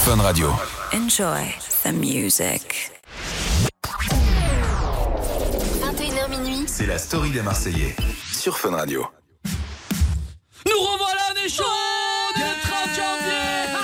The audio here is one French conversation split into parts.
Fun Radio. Enjoy the music. 21h minuit. C'est la story des Marseillais sur Fun Radio. Nous revoilà, on est chaud, on est le 30 janvier.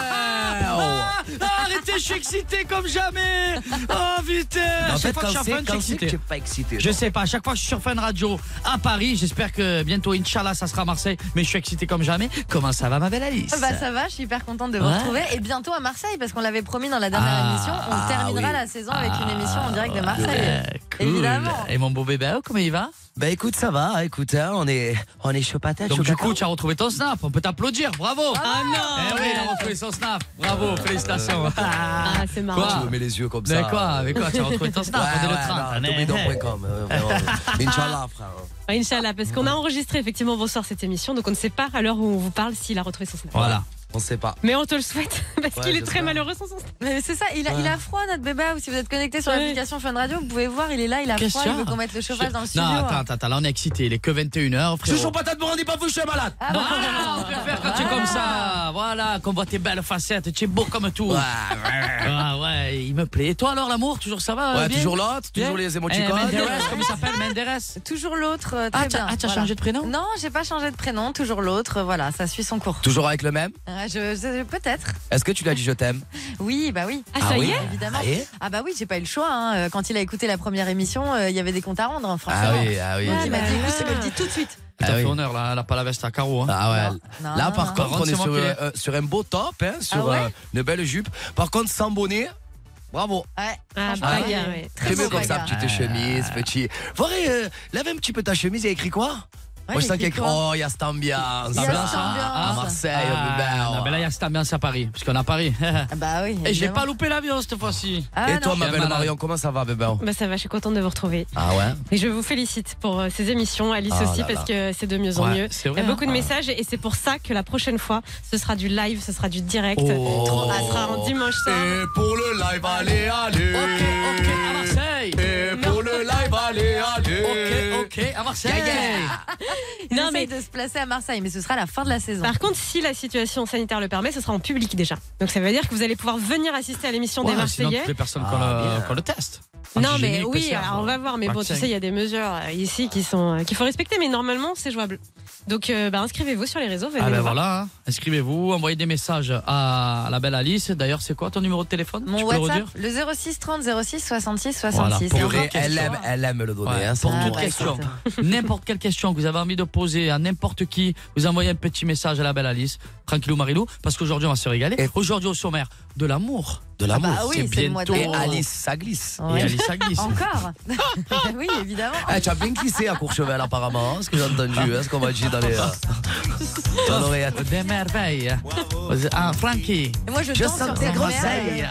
Arrêtez, je suis excité comme jamais. Oh putain, En fait, chaque fois que je suis sur Fun, je suis excité. tu n'es pas excité. Je sais pas, chaque fois que je suis sur Fun Radio à Paris, j'espère que bientôt, Inch'Allah, ça sera à Marseille, mais je suis excité comme jamais. Comment ça va, ma belle Alice? Bah ça va, je suis hyper contente de vous retrouver et bientôt à Marseille parce qu'on l'avait promis dans la dernière émission, on terminera la saison avec une émission en direct de Marseille. Cool. Évidemment. Et mon beau bébé, comment il va? Bah écoute, ça va, écoute, hein, on est chaud patate. Donc du coup, tu as retrouvé ton snap, on peut t'applaudir, bravo. Ah non. Eh oui, il a retrouvé son snap, bravo, félicitations. Ah, c'est marrant. Quoi? Tu me mets les yeux comme ça. Avec quoi? Tu as retrouvé ton snap, on est le 30. Tomedon.com, Inch'Allah, frère. Inch'Allah, parce qu'on a enregistré effectivement bonsoir cette émission, donc on ne sait pas à l'heure où on vous parle s'il a retrouvé son snap. Voilà. On sait pas. Mais on te le souhaite, parce qu'il est très j'espère. malheureux sans son snap. Mais c'est ça, il a froid notre bébé. Ou si vous êtes connecté sur Ouais. l'application Fun Radio, vous pouvez voir, il est là, il a Qu'est-ce froid, qu'il y il a? veut qu'on mette le chauffage dans le studio. Non, attends, là on est excité, il est que 21h, Je frérot. suis patate, me rendez pas vous, je suis malade. Ah, bah, On préfère quand tu es comme ça, voilà, qu'on voit tes belles facettes, tu es beau comme tout. Ouais, il me plaît. Et toi alors, l'amour, toujours ça va? Ouais, bien? toujours l'autre, toujours les émoticônes. Menderes, comment il s'appelle, Menderes? toujours l'autre, très bien. Tu as changé de prénom? Non, j'ai pas changé de prénom, toujours l'autre, voilà, ça suit son cours. Toujours avec le même. Peut-être. Est-ce que tu lui as dit je t'aime? Oui, bah oui. Ah, ça y est? Évidemment. Ah, et Ah bah oui, j'ai pas eu le choix. Hein. Quand il a écouté la première émission, il y avait des comptes à rendre, hein, forcément. ah oui. Donc il m'a dit, bah, écoute, il me le dit tout de suite. T'as Ah fait oui. honneur, là, elle a pas la veste à carreaux. Hein. Ah ouais. Non, Là, non, par non. contre, on C'est est moi sur un beau top, hein, sur Ah ouais une belle jupe. Par contre, sans bonnet, bravo. Ouais. Ah, Franchement, bagarre, oui. ouais. Très Très beau mieux comme ça, bagarre. petite chemise, petit. Faudrait laver un petit peu ta chemise, il y a écrit quoi? Ouais, Moi, je il sens qu'il y a écrit écrit, quoi oh, il y a cette ambiance. Il y a ambiance, cette ambiance. À Marseille, Non, mais là, il y a cette ambiance à Paris, puisqu'on est à Paris. Ah bah oui. Et j'ai évidemment. pas loupé l'avion cette fois-ci. Ah, Et non. toi, ma Je suis belle malade. Marion, comment ça va, bébé? Bah ça va, je suis contente de vous retrouver. Ah ouais? Et je vous félicite pour ces émissions, Alice Ah aussi, là parce là. que c'est de mieux en Ouais, mieux. c'est Il vrai, y a beaucoup de hein. messages et c'est pour ça que la prochaine fois, ce sera du live, ce sera du direct. Oh. Ce sera en dimanche soir. Et pour le live, allez, allez. Ok, à Marseille. Et pour le live, allez, allez. Ok, à Marseille. Il Non, essaye mais- de se placer à Marseille, mais ce sera la fin de la saison. Par contre, si la situation sanitaire le permet, ce sera en public déjà. Donc ça veut dire que vous allez pouvoir venir assister à l'émission des Ouais, sinon, Marseillais. toutes les personnes qu'on le teste. Non, mais Antigénique, oui, PCR, alors on va voir. Mais bon, tu vaccin. sais, il y a des mesures ici qu'il faut respecter, mais normalement, c'est jouable. Donc, inscrivez-vous sur les réseaux. Venez Ah ben nous voir. voilà, hein. Inscrivez-vous, envoyez des messages à la belle Alice. D'ailleurs, c'est quoi ton numéro de téléphone? Mon Tu peux le WhatsApp, redire? le 06 30 06 66 66. Voilà, pour Et encore vrai, Elle question. aime le donner. Ouais, Hein, pour c'est toute bon. question, n'importe quelle question que vous avez envie de poser à n'importe qui, vous envoyez un petit message à la belle Alice, tranquillou Marilou, parce qu'aujourd'hui on va se régaler. Et- Aujourd'hui au sommaire, de l'amour. De l'amour. bah oui, c'est le mois de Et l'amour. Alice, ça glisse. Ouais. Et Alice ça glisse. Encore Oui, évidemment. Eh, tu as bien glissé à Courchevel apparemment, ce que j'ai entendu, ce qu'on m'a dit dans l'oreillette. Des merveilles. Ah, Frankie. Et moi, je Je danse sens sur tes tes grosseilles. merveilles.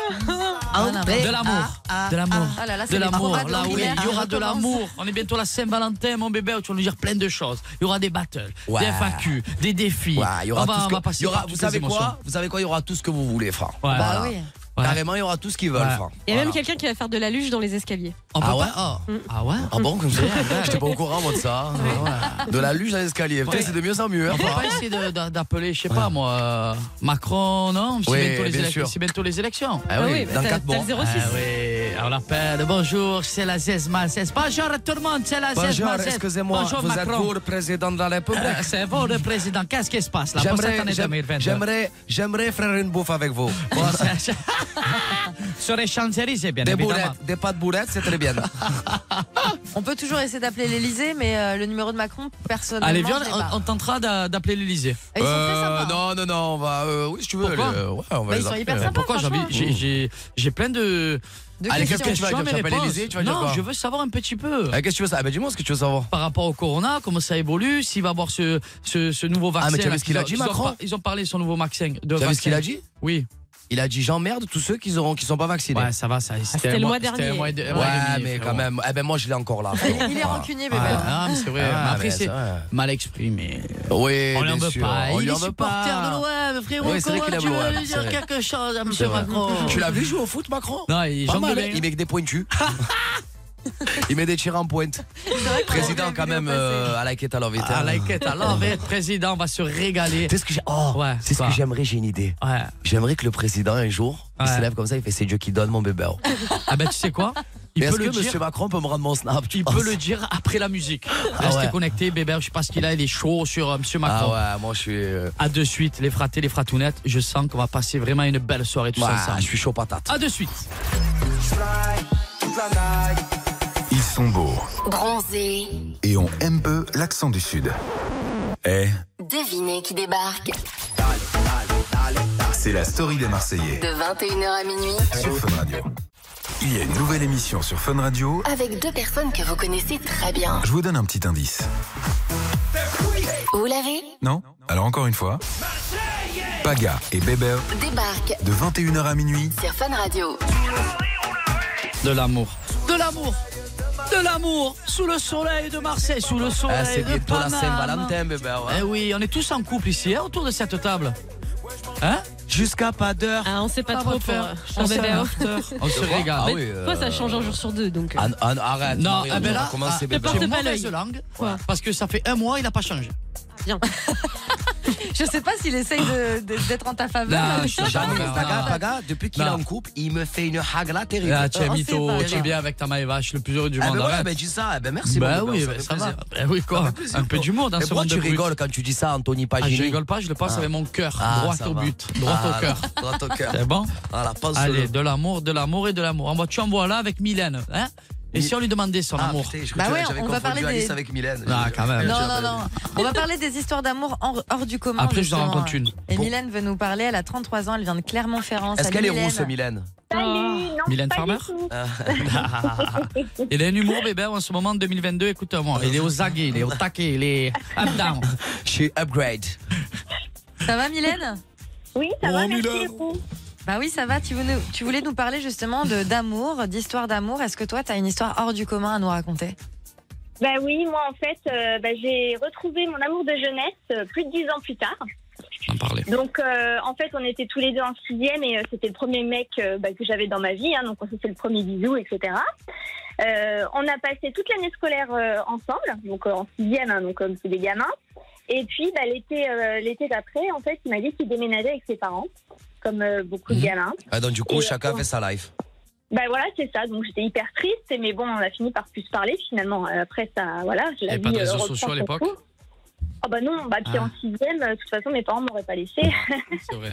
De l'amour. De l'amour. Ah là là, De c'est les l'amour, traumas de là oui, l'ordinaire il y qui aura de recommencent. l'amour. On est bientôt la Saint-Valentin, mon bébé, où tu vas nous dire plein de choses. Il y aura des battles, Ouais. des FAQ, des défis. Ouais, il y aura on tout va, ce on que, va passer il y aura, par vous toutes les savez émotions. quoi? Vous savez quoi? Il y aura tout ce que vous voulez, frère. Ouais. Bah oui. Ouais. Carrément, il y aura tout ce qu'ils veulent, Ouais. frère. Il y a même Voilà. quelqu'un qui va faire de la luge dans les escaliers. On peut Ah ouais? pas- Ah ouais? Ah bon, comme ça? J'étais pas au courant, moi, de ça. De la luge dans l'escalier. Putain, Ouais. c'est de mieux en mieux. On peut pas essayer d'appeler, je sais pas moi, Macron, non? C'est Oui, bientôt les bien élections. sûr. C'est bientôt les élections. Ah oui, bah, dans t'as 4 mois. le 06. Ah oui, on l'appelle. Bonjour, c'est la Zesma. Bonjour à tout le monde, c'est la Bonjour, Zesma. excusez-moi, Bonjour, vous êtes Macron. vous le président de la République? C'est vous le président. Qu'est-ce qui se passe là pour cette année 2022? J'aimerais faire une bouffe avec vous. Bon, sur les Champs-Élysées, bien Des évidemment. boulettes, des pâtes boulettes, c'est très bien. On peut toujours essayer d'appeler l'Elysée, mais le numéro de Macron, personnellement. Allez, viens, je l'ai pas. on tentera d'appeler l'Élysée. Ils sont très sympas. hein. Non, on va. Oui, si tu veux. Pourquoi ouais, on va Bah, les ils sont appeler. hyper sympas. Pourquoi j'ai plein de De Allez, questions. qu'est-ce que tu vas dire? Tu mes appelles réponses. l'Élysée, tu vas dire Non, quoi? je veux savoir un petit peu. Qu'est-ce que tu veux savoir? Dis-moi ce que tu veux savoir. Par rapport au Corona, comment ça évolue, s'il va y avoir ce nouveau vaccin. mais tu as vu là, ce qu'il a qu'ils dit, ont- Macron? Ils ont parlé de son nouveau vaccin. Tu as vu ce qu'il a dit? Oui. Il a dit j'emmerde tous ceux qui sont pas vaccinés. Ouais, ça va, ça. c'était le mois dernier. Ouais, Ouais, mais quand même. Eh ben moi je l'ai encore là. Il est rancunier, bébé. Ah, mais c'est vrai. Ah, Mais après, mais c'est ça- mal exprimé. Oui, On lui en bien veut sûr. pas. On Il lui est en veut supporter pas. de l'OM, frérot. Oui, c'est vrai Comment qu'il aime tu veux l'OM, lui c'est dire vrai. quelque chose à C'est monsieur vrai. Macron? Tu l'as vu jouer au foot, Macron? Non, il Pas jongle mal, bien. hein. Il met que des pointus. Il met des tirs en pointe. Président, quand même, I like it, I love it. I like it, I love it. Président, on va se régaler. C'est ce que j'aimerais, j'ai une idée. Ouais. J'aimerais que le président, un jour, il se lève comme ça, il fait c'est Dieu qui donne mon bébé. Ah ben, tu sais quoi? Est-ce que M. Macron peut me rendre mon snap? Il peut le dire après la musique. Restez connectés, bébé. Je sais pas ce qu'il a, il est chaud sur M. Macron. Ah ouais, moi je suis. À de suite, les fratés, les fratounettes. Je sens qu'on va passer vraiment une belle soirée tous ensemble. Je suis chaud patate. À de suite. Ils sont beaux Bronzés. et on aime peu l'accent du Sud. Devinez qui débarque. C'est la story des Marseillais De 21h à minuit. sur Fun Radio. Il y a une nouvelle émission sur Fun Radio. Avec deux personnes que vous connaissez très bien. Je vous donne un petit indice. Vous l'avez? Non? Alors encore une fois. Paga et Bébé Débarque de 21h à minuit. sur Fun Radio. De l'amour. De l'amour. De l'amour. Sous le soleil de Marseille. Sous le soleil C'est de bientôt la Paname. Saint-Valentin, bébé. Eh oui, on est tous en couple ici, autour de cette table. Hein? Jusqu'à pas d'heure. Ah, on sait pas Ah, trop votre pour frère. un bébé after. On se régale. Ah oui, Toi, ça change un jour sur deux, donc. Arrête. Non, Marie, eh ben on va là, commencer, bébé. porte j'ai pas mauvaise l'œil. langue, Quoi parce que ça fait un mois, il n'a pas changé. Bien. Je sais pas s'il essaye d'être en ta faveur. Là, là, je suis Jamais, Non. Paga, depuis qu'il est Non. en couple, il me fait une hagla terrible. Là, tu es On sait mytho, pas. tu es bien avec ta Maëva, je suis le plus heureux du Ah monde. ben ouais, arrête. ben dis ça, eh ben merci. Bah mon oui, bébé, ben fait ça va. plaisir. Ben oui, Ça quoi. fait plaisir, Un peu quoi. d'humour dans Mais ce pourquoi monde de tu brut. rigoles quand tu dis ça, Anthony Ah, Pagini? je rigole pas, je le pense avec mon cœur, Ah, droit ça au va. but, droit au cœur. Droit au cœur. C'est bon? Voilà, pense Allez, de l'amour et de l'amour. Tu envoies là avec Mylène, hein? Et si on lui demandait son amour? Putain, je Bah crois que ouais, j'avais on va confondu parler Alice des- avec Mylène. Ah, quand même. Non. On va parler des histoires d'amour hors du commun. Après, je t'en justement. raconte une. Et Bon. Mylène veut nous parler. Elle a 33 ans. Elle vient de Clermont-Ferrand. Est-ce Salut, qu'elle est Mylène. rousse, Mylène? Salut, non, Mylène pas Farmer du tout. Il a un humour, bébé, en ce moment, 2022, écoute-moi. Il est aux aguets, il est au taquet, il est up down. Je suis upgrade. Ça va, Mylène? Oui, ça va, Oh, merci Mylène. beaucoup. Bah oui, ça va. Tu voulais nous parler justement d'amour, d'histoire d'amour. Est-ce que toi, tu as une histoire hors du commun à nous raconter? Bah oui, moi en fait, j'ai retrouvé mon amour de jeunesse plus de 10 ans plus tard. On en parlait. Donc en fait, on était tous les deux en 6e et c'était le premier mec que j'avais dans ma vie. Hein, donc on s'est fait le premier bisou, etc. On a passé toute l'année scolaire ensemble, donc en 6e, hein, donc comme c'est des gamins. Et puis l'été d'après, en fait, il m'a dit qu'il déménageait avec ses parents, comme beaucoup de gamins. Ah, donc du coup, Et, chacun fait sa life. Bah voilà, c'est ça. Donc j'étais hyper triste, mais bon, on a fini par plus se parler finalement. Après ça, voilà. Il y avait pas de réseaux sociaux à l'époque? Oh bah non, puis en 6e, de toute façon, mes parents m'auraient pas laissé. C'est vrai.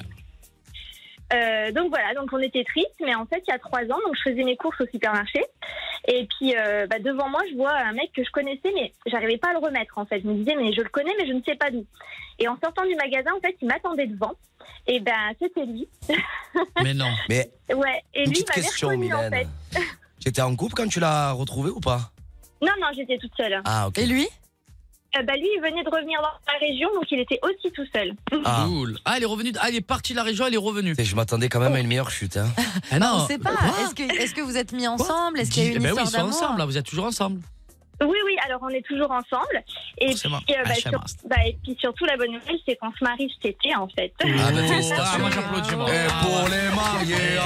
Donc voilà, donc on était tristes, mais en fait, il y a 3 ans, donc je faisais mes courses au supermarché. Et puis devant moi, je vois un mec que je connaissais, mais j'arrivais pas à le remettre en fait. Je me disais, mais je le connais, mais je ne sais pas d'où. Et en sortant du magasin, en fait, il m'attendait devant. Et c'était lui. Mais non. Mais Ouais. Et une lui, petite il m'avait question, reconnu, en fait. Mylène. J'étais en couple quand tu l'as retrouvé ou pas? Non, j'étais toute seule. Ah, ok. Et lui? Lui, il venait de revenir dans la région, donc il était aussi tout seul. Ah. Cool. Ah, il est revenu. Ah, il est parti de la région, il est revenu. Je m'attendais quand même à une meilleure chute. Hein. Ah non. On sait pas. Est-ce que vous êtes mis ensemble? Est-ce qu'il y a eu Eh une ben oui, histoire ils sont d'amour? ensemble, là, vous êtes toujours ensemble. Oui, alors on est toujours ensemble. Et puis, Forcément. et puis surtout, la bonne nouvelle, c'est qu'on se marie cet été, en fait. Ah, bah, félicitations. moi j'applaudis, moi. Et Ah, pour ouais. les mariés,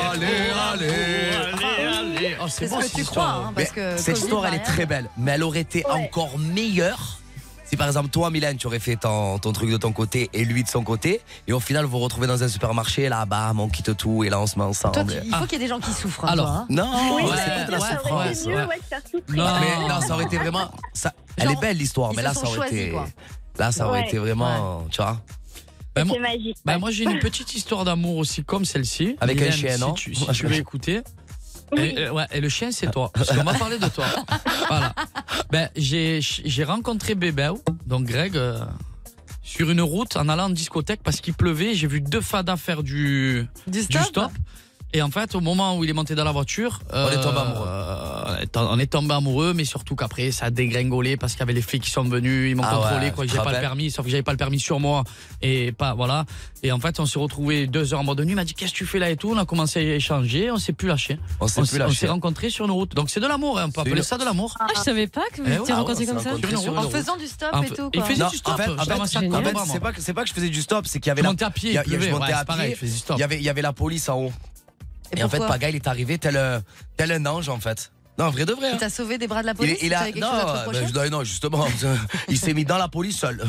allez. Oh, c'est C'est beau ce que cette tu histoire. crois. Hein, Mais parce que cette Covid, histoire, elle est rien. très belle. Mais elle aurait été Ouais. encore meilleure si, par exemple, toi, Mylène, tu aurais fait ton truc de ton côté et lui de son côté. Et au final, vous vous retrouvez dans un supermarché. Là, bam, on quitte tout. Et là, on se met ensemble. Toi, il faut qu'il y ait des gens qui souffrent. Hein, Alors, toi, hein. Non, Oui, Ouais, c'est pas de la ouais, ça souffrance. aurait été mieux ouais. de faire souffrir. Non. Mais non, ça aurait été vraiment. Elle Genre, est belle l'histoire, ils mais se là, sont ça aurait choisis, été. quoi. Là, ça aurait Ouais. été vraiment. Tu vois. Ben, moi, C'est magique. moi, j'ai une petite histoire d'amour aussi comme celle-ci. Avec un Mylène, chien, non si tu veux écouter. Oui. Et le chien, c'est toi. Parce qu'on m'a parlé de toi. Voilà. Ben, j'ai rencontré Bébé, donc Greg, sur une route en allant en discothèque parce qu'il pleuvait. J'ai vu 2 fadas faire du stop. Et en fait, au moment où il est monté dans la voiture, On est tombé amoureux. On est tombé amoureux, mais surtout qu'après, ça a dégringolé parce qu'il y avait les flics qui sont venus, ils m'ont Ah contrôlé, ouais, quoi. tu J'ai te pas le rappelles permis, sauf que j'avais pas le permis sur moi et pas, voilà. Et en fait, on s'est retrouvés 2 heures en bord de nuit. Il m'a dit, qu'est-ce que tu fais là et tout. On a commencé à échanger, on s'est plus lâché. On s'est plus On lâché. s'est rencontrés sur une route. Donc c'est de l'amour, hein, on peut appeler ça de l'amour. Ah, je savais pas que vous Eh étiez ouais, rencontrés on s'est comme ça. rencontrés Sur une En route. faisant du stop En et fait, tout. il Quoi. faisait Non, du stop. en fait, Je commençais à génial. comprendre, moi. c'est pas que je faisais du stop, c'est qu'il y avait Je la. montais à pied, il y a- il pleuvait, je montais ouais, à c'est pareil, pied. je faisais du stop. Il y avait la police en haut. Et en fait, pourquoi Paga, il est arrivé tel un ange, en fait. Non, vrai de vrai. Il t'a sauvé des bras de la police? Il a, t'avais quelque chose à te reprocher non, justement, il s'est mis dans la police seul.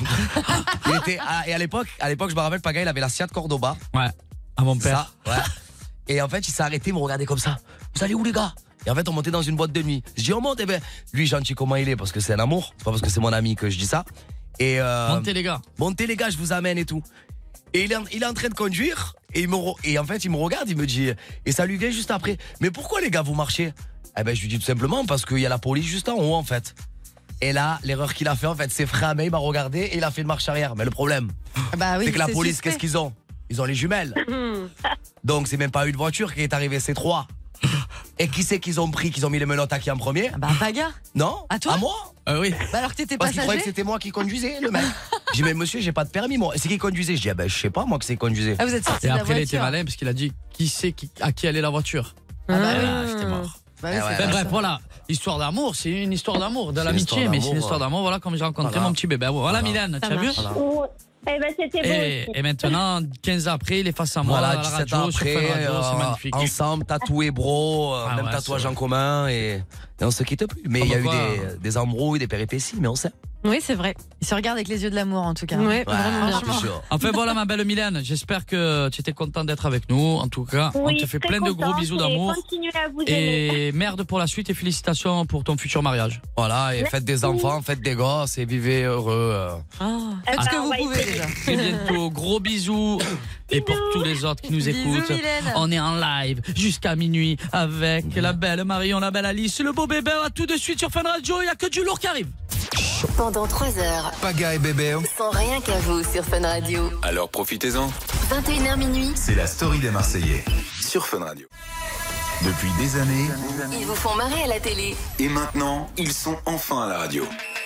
Et à l'époque, je me rappelle, Paga, il avait la Seat Cordoba. Ouais, à mon père. Ça, ouais. Et en fait, il s'est arrêté, il me regardait comme ça. Vous allez où, les gars? Et en fait, on montait dans une boîte de nuit. Je dis, on monte, et ben, lui, gentil comment il est, parce que c'est un amour. C'est pas parce que c'est mon ami que je dis ça. Et Montez les gars, je vous amène et tout. Et il est en train de conduire, et en fait, il me regarde, il me dit, et ça lui vient juste après. Mais pourquoi, les gars, vous marchez? Eh ben, je lui dis tout simplement parce qu'il y a la police juste en haut, en fait. Et là, l'erreur qu'il a fait, en fait, c'est Framé, il m'a regardé et il a fait une marche arrière. Mais le problème, c'est que la police, suspect. qu'est-ce qu'ils ont? Ils ont les jumelles. Donc, c'est même pas une voiture qui est arrivée, c'est 3. Et qui c'est qu'ils ont pris, qu'ils ont mis les menottes à qui en premier? Bah, Paga. Non? À toi? moi? oui. Bah, alors que t'étais Parce qu'il croyait passager? que c'était moi qui conduisais, le mec. J'ai dit, mais monsieur, j'ai pas de permis, moi. C'est qui conduisait? Je dis, je sais pas, moi, que c'est qui conduisait. Ah, vous êtes sorti Et de la après, il voiture. était malin parce qu'il a dit à qui allait la voiture. Ah bah oui. Ah, j'étais mort. Bah oui, Eh c'est ouais. ça. Bref, voilà. Histoire d'amour, c'est une histoire d'amour, de C'est l'amitié, une histoire mais c'est une d'amour, histoire d'amour. Voilà, comme j'ai rencontré Voilà. mon petit bébé. Voilà, Mylène, Ça tu as vu? marche. Voilà. Eh ben, c'était beau. Et maintenant, 15 ans après, il est face à moi Voilà, à la 17 ans radio, sur Fun après, Radio, c'est magnifique. ensemble, tatoués, bro, même ouais, tatouage c'est en commun, et on se quitte plus. Mais Ah il y a bah eu quoi. des embrouilles, des péripéties, mais on sait. Oui, c'est vrai. Il se regarde avec les yeux de l'amour, en tout cas. Ouais, vraiment bien. c'est sûr. Enfin voilà ma belle Mylène, j'espère que tu étais contente d'être avec nous. En tout cas, on Oui, te fait très plein de gros contente bisous et d'amour. continuez à vous aimer. Et merde pour la suite et félicitations pour ton futur mariage. Voilà, et faites des enfants, faites des gosses et vivez heureux. Ah. Faites ce que Ah, vous on va pouvez essayer. déjà. Très bientôt, gros bisous. Et pour tous les autres qui nous Bisous, écoutent, Mylène. on est en live jusqu'à minuit avec la belle Marion, la belle Alice, le beau bébé. À tout de suite sur Fun Radio, il n'y a que du lourd qui arrive. Pendant 3 heures, Paga et Bébé, sans rien qu'à vous sur Fun Radio. alors profitez-en. 21h minuit, C'est la story des Marseillais sur Fun Radio. Depuis des années, ils vous font marrer à la télé. et maintenant, ils sont enfin à la radio.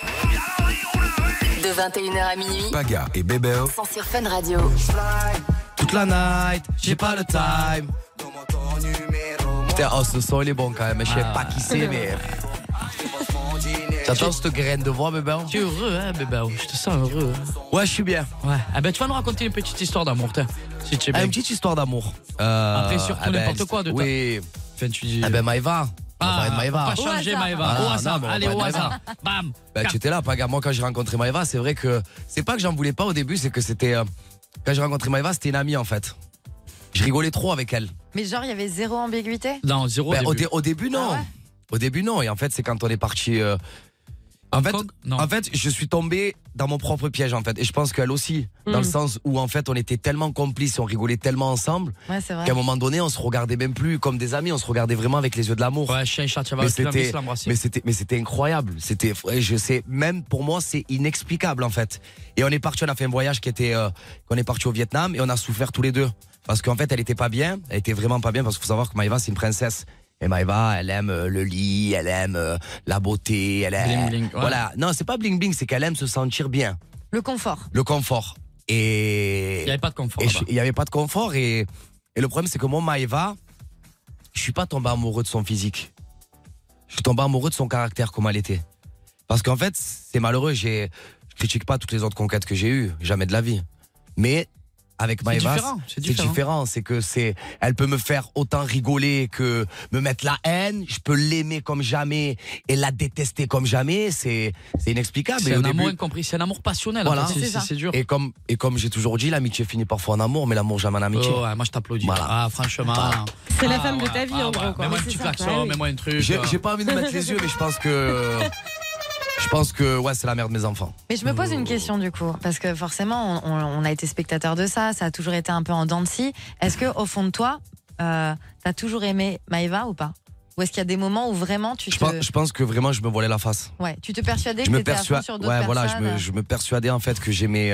De 21h à minuit, Paga et Bébé, sont sur Fun Radio. Toute la night, j'ai pas le time. Putain, oh, ce son il est bon quand même, je sais pas qui c'est, mais. T'entends cette graine de voix, bébé? Tu es heureux, hein, bébé? Je te sens heureux. Ouais, je suis bien. Ouais. Ah ben, tu vas nous raconter une petite histoire d'amour, tiens, si tu es Ah, bien. une petite histoire d'amour. Après, surtout n'importe quoi de toi. Oui. Enfin, tu dis. Ah ben Maëva. On va parler de Maëva. on va changer Au hasard. Maëva. Ah, Au hasard. non, mais on Allez, va au parler de hasard. Bam. Bah, tu étais là, Paga. Moi, quand j'ai rencontré Maëva, c'est vrai que c'est pas que j'en voulais pas au début, c'est que c'était. Quand j'ai rencontré Maëva, c'était une amie en fait. Je rigolais trop avec elle. Mais genre, il y avait zéro ambiguïté? Non, zéro. Ben, début. au début, non. Ah ouais. Au début, non. Et en fait, c'est quand on est parti. Hong Kong Non. En fait, je suis tombé dans mon propre piège en fait. Et je pense qu'elle aussi, dans le sens où en fait, on était tellement complices, on rigolait tellement ensemble Ouais, c'est vrai. qu'à un moment donné, on se regardait même plus comme des amis, on se regardait vraiment avec les yeux de l'amour. Ouais, chien, chat, tu vas Mais se l'embrasser. mais c'était incroyable. C'était, je sais, même pour moi, c'est inexplicable en fait. Et on est parti, on a fait un voyage on est parti au Vietnam et on a souffert tous les deux. Parce qu'en fait, elle était pas bien, elle était vraiment pas bien parce qu'il faut savoir que Maëva, c'est une princesse. Et Maëva, elle aime le lit, elle aime la beauté, elle aime. Bling, bling, ouais. Voilà. Non, c'est pas bling bling, c'est qu'elle aime se sentir bien. Le confort. Le confort. Et. Il n'y avait pas de confort. Et là-bas. il n'y avait pas de confort. Et le problème, c'est que moi, Maëva, je suis pas tombé amoureux de son physique. Je suis tombé amoureux de son caractère, comment elle était. Parce qu'en fait, c'est malheureux. Je critique pas toutes les autres conquêtes que j'ai eues, jamais de la vie. Mais avec Maëva, C'est différent. C'est que elle peut me faire autant rigoler que me mettre la haine. Je peux l'aimer comme jamais et la détester comme jamais. C'est inexplicable. C'est Et au un amour début- incompris, c'est un amour passionnel. Voilà. En fait. C'est ça. C'est dur. Et comme j'ai toujours dit, l'amitié finit parfois en amour, mais l'amour jamais en amitié. Oh, ouais, moi je t'applaudis. Voilà. Ah, franchement. C'est la femme de ta vie, en gros, quoi. Mets-moi un Oui, petit c'est ça. klaxon, Ouais, oui. mets-moi un truc. J'ai pas envie de mettre les yeux, mais je pense que ouais, c'est la mère de mes enfants. Mais je me pose une question du coup, parce que forcément, on a été spectateur de ça, ça a toujours été un peu en dents de scie. Est-ce que au fond de toi, t'as toujours aimé Maëva ou pas? Ou est-ce qu'il y a des moments où vraiment tu Je pense que vraiment je me voilais la face. ouais, tu te persuadais que Je me t'étais à fond persuadais, sur d'autres ouais, personnes? voilà, je me persuadais en fait que j'aimais,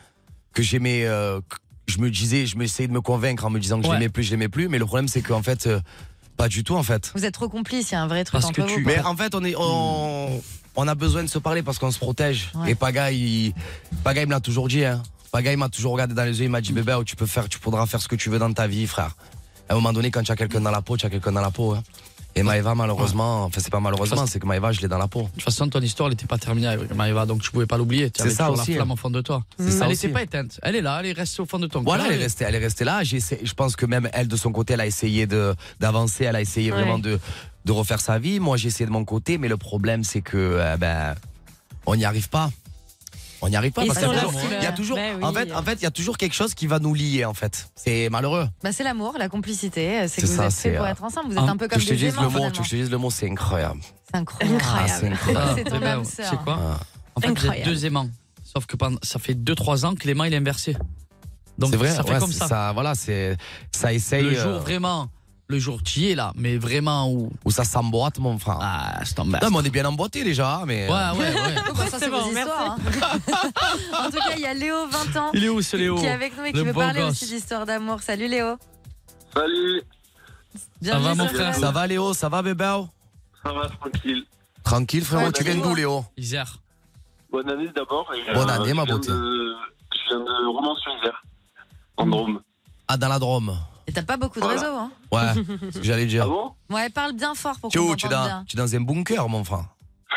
je me essayais de me convaincre en me disant que je Ouais. l'aimais plus, mais le problème c'est qu'en fait, pas du tout en fait. Vous êtes trop complices, il y a un vrai truc Parce entre que vous. Mais en fait, on a besoin de se parler parce qu'on se protège. Ouais. Et Paga, il me l'a toujours dit. Hein. Paga, il m'a toujours regardé dans les yeux. Il m'a dit, bébé, tu pourras faire ce que tu veux dans ta vie, frère. À un moment donné, quand tu as quelqu'un dans la peau, tu as quelqu'un dans la peau. Hein. Et Maëva, malheureusement, enfin, c'est pas malheureusement, c'est que Maëva, je l'ai dans la peau. De toute façon, ton histoire, elle n'était pas terminée avec Maëva, donc tu pouvais pas l'oublier. Tu C'est avais ça toujours aussi, la flamme hein. au fond de toi. C'est ça Elle aussi. n'était pas éteinte. Elle est là, elle est restée au fond de ton Voilà, cœur. elle est restée là. Je pense que même elle, de son côté, elle a essayé d'avancer. Elle a essayé Ouais. vraiment de de refaire sa vie. Moi, j'ai essayé de mon côté, mais le problème, c'est que on n'y arrive pas. On n'y arrive pas Et parce sans qu'il la y a toujours, fleur. en Bah oui. fait, il y a toujours quelque chose qui va nous lier en fait. C'est malheureux. Bah, c'est l'amour, la complicité. C'est que C'est vous ça, êtes faits c'est, pour être ensemble. Vous êtes un peu Que comme je te des dise aimants. le mot, finalement. que je te dise le mot, c'est incroyable. C'est incroyable. Ah, c'est incroyable. C'est ton Bébé, âme c'est sœur. quoi Ah. En fait, vous êtes Incroyable. 2 aimants. Sauf que ça fait 2-3 ans que l'aimant il est inversé. Donc C'est vrai, ça fait ouais, comme c'est ça. Voilà, ça essaye. Le jour vraiment, le jour tu y es là, mais vraiment où où ça s'emboîte, mon frère. ah c'est embêtant. Non, mais on est bien emboîté déjà, mais. Ouais. Pourquoi ça, c'est bon, vos merci. histoires. Hein. En tout cas, il y a Léo, 20 ans, Il est où ce Léo qui est avec nous et qui Le veut beau parler gosse. aussi d'histoire d'amour. Salut Léo. Salut, Bienvenue va, mon sur frère Fun. Ça va, Léo? Ça va, bébé? ça va tranquille. Tranquille, frérot. Ouais, Tu viens d'où, Léo? Isère. Bonne année d'abord. et, Bonne année, ma je viens beauté. Je viens de Romans-sur-Isère, en Drôme. Ah, dans la Drôme. Et t'as pas beaucoup de Voilà. réseau, hein? Ouais, c'est ce que j'allais Ah dire. bon? Ouais, parle bien fort pour Tu qu'on es où? Tu es t'entende dans, bien. tu es dans un bunker, mon frère.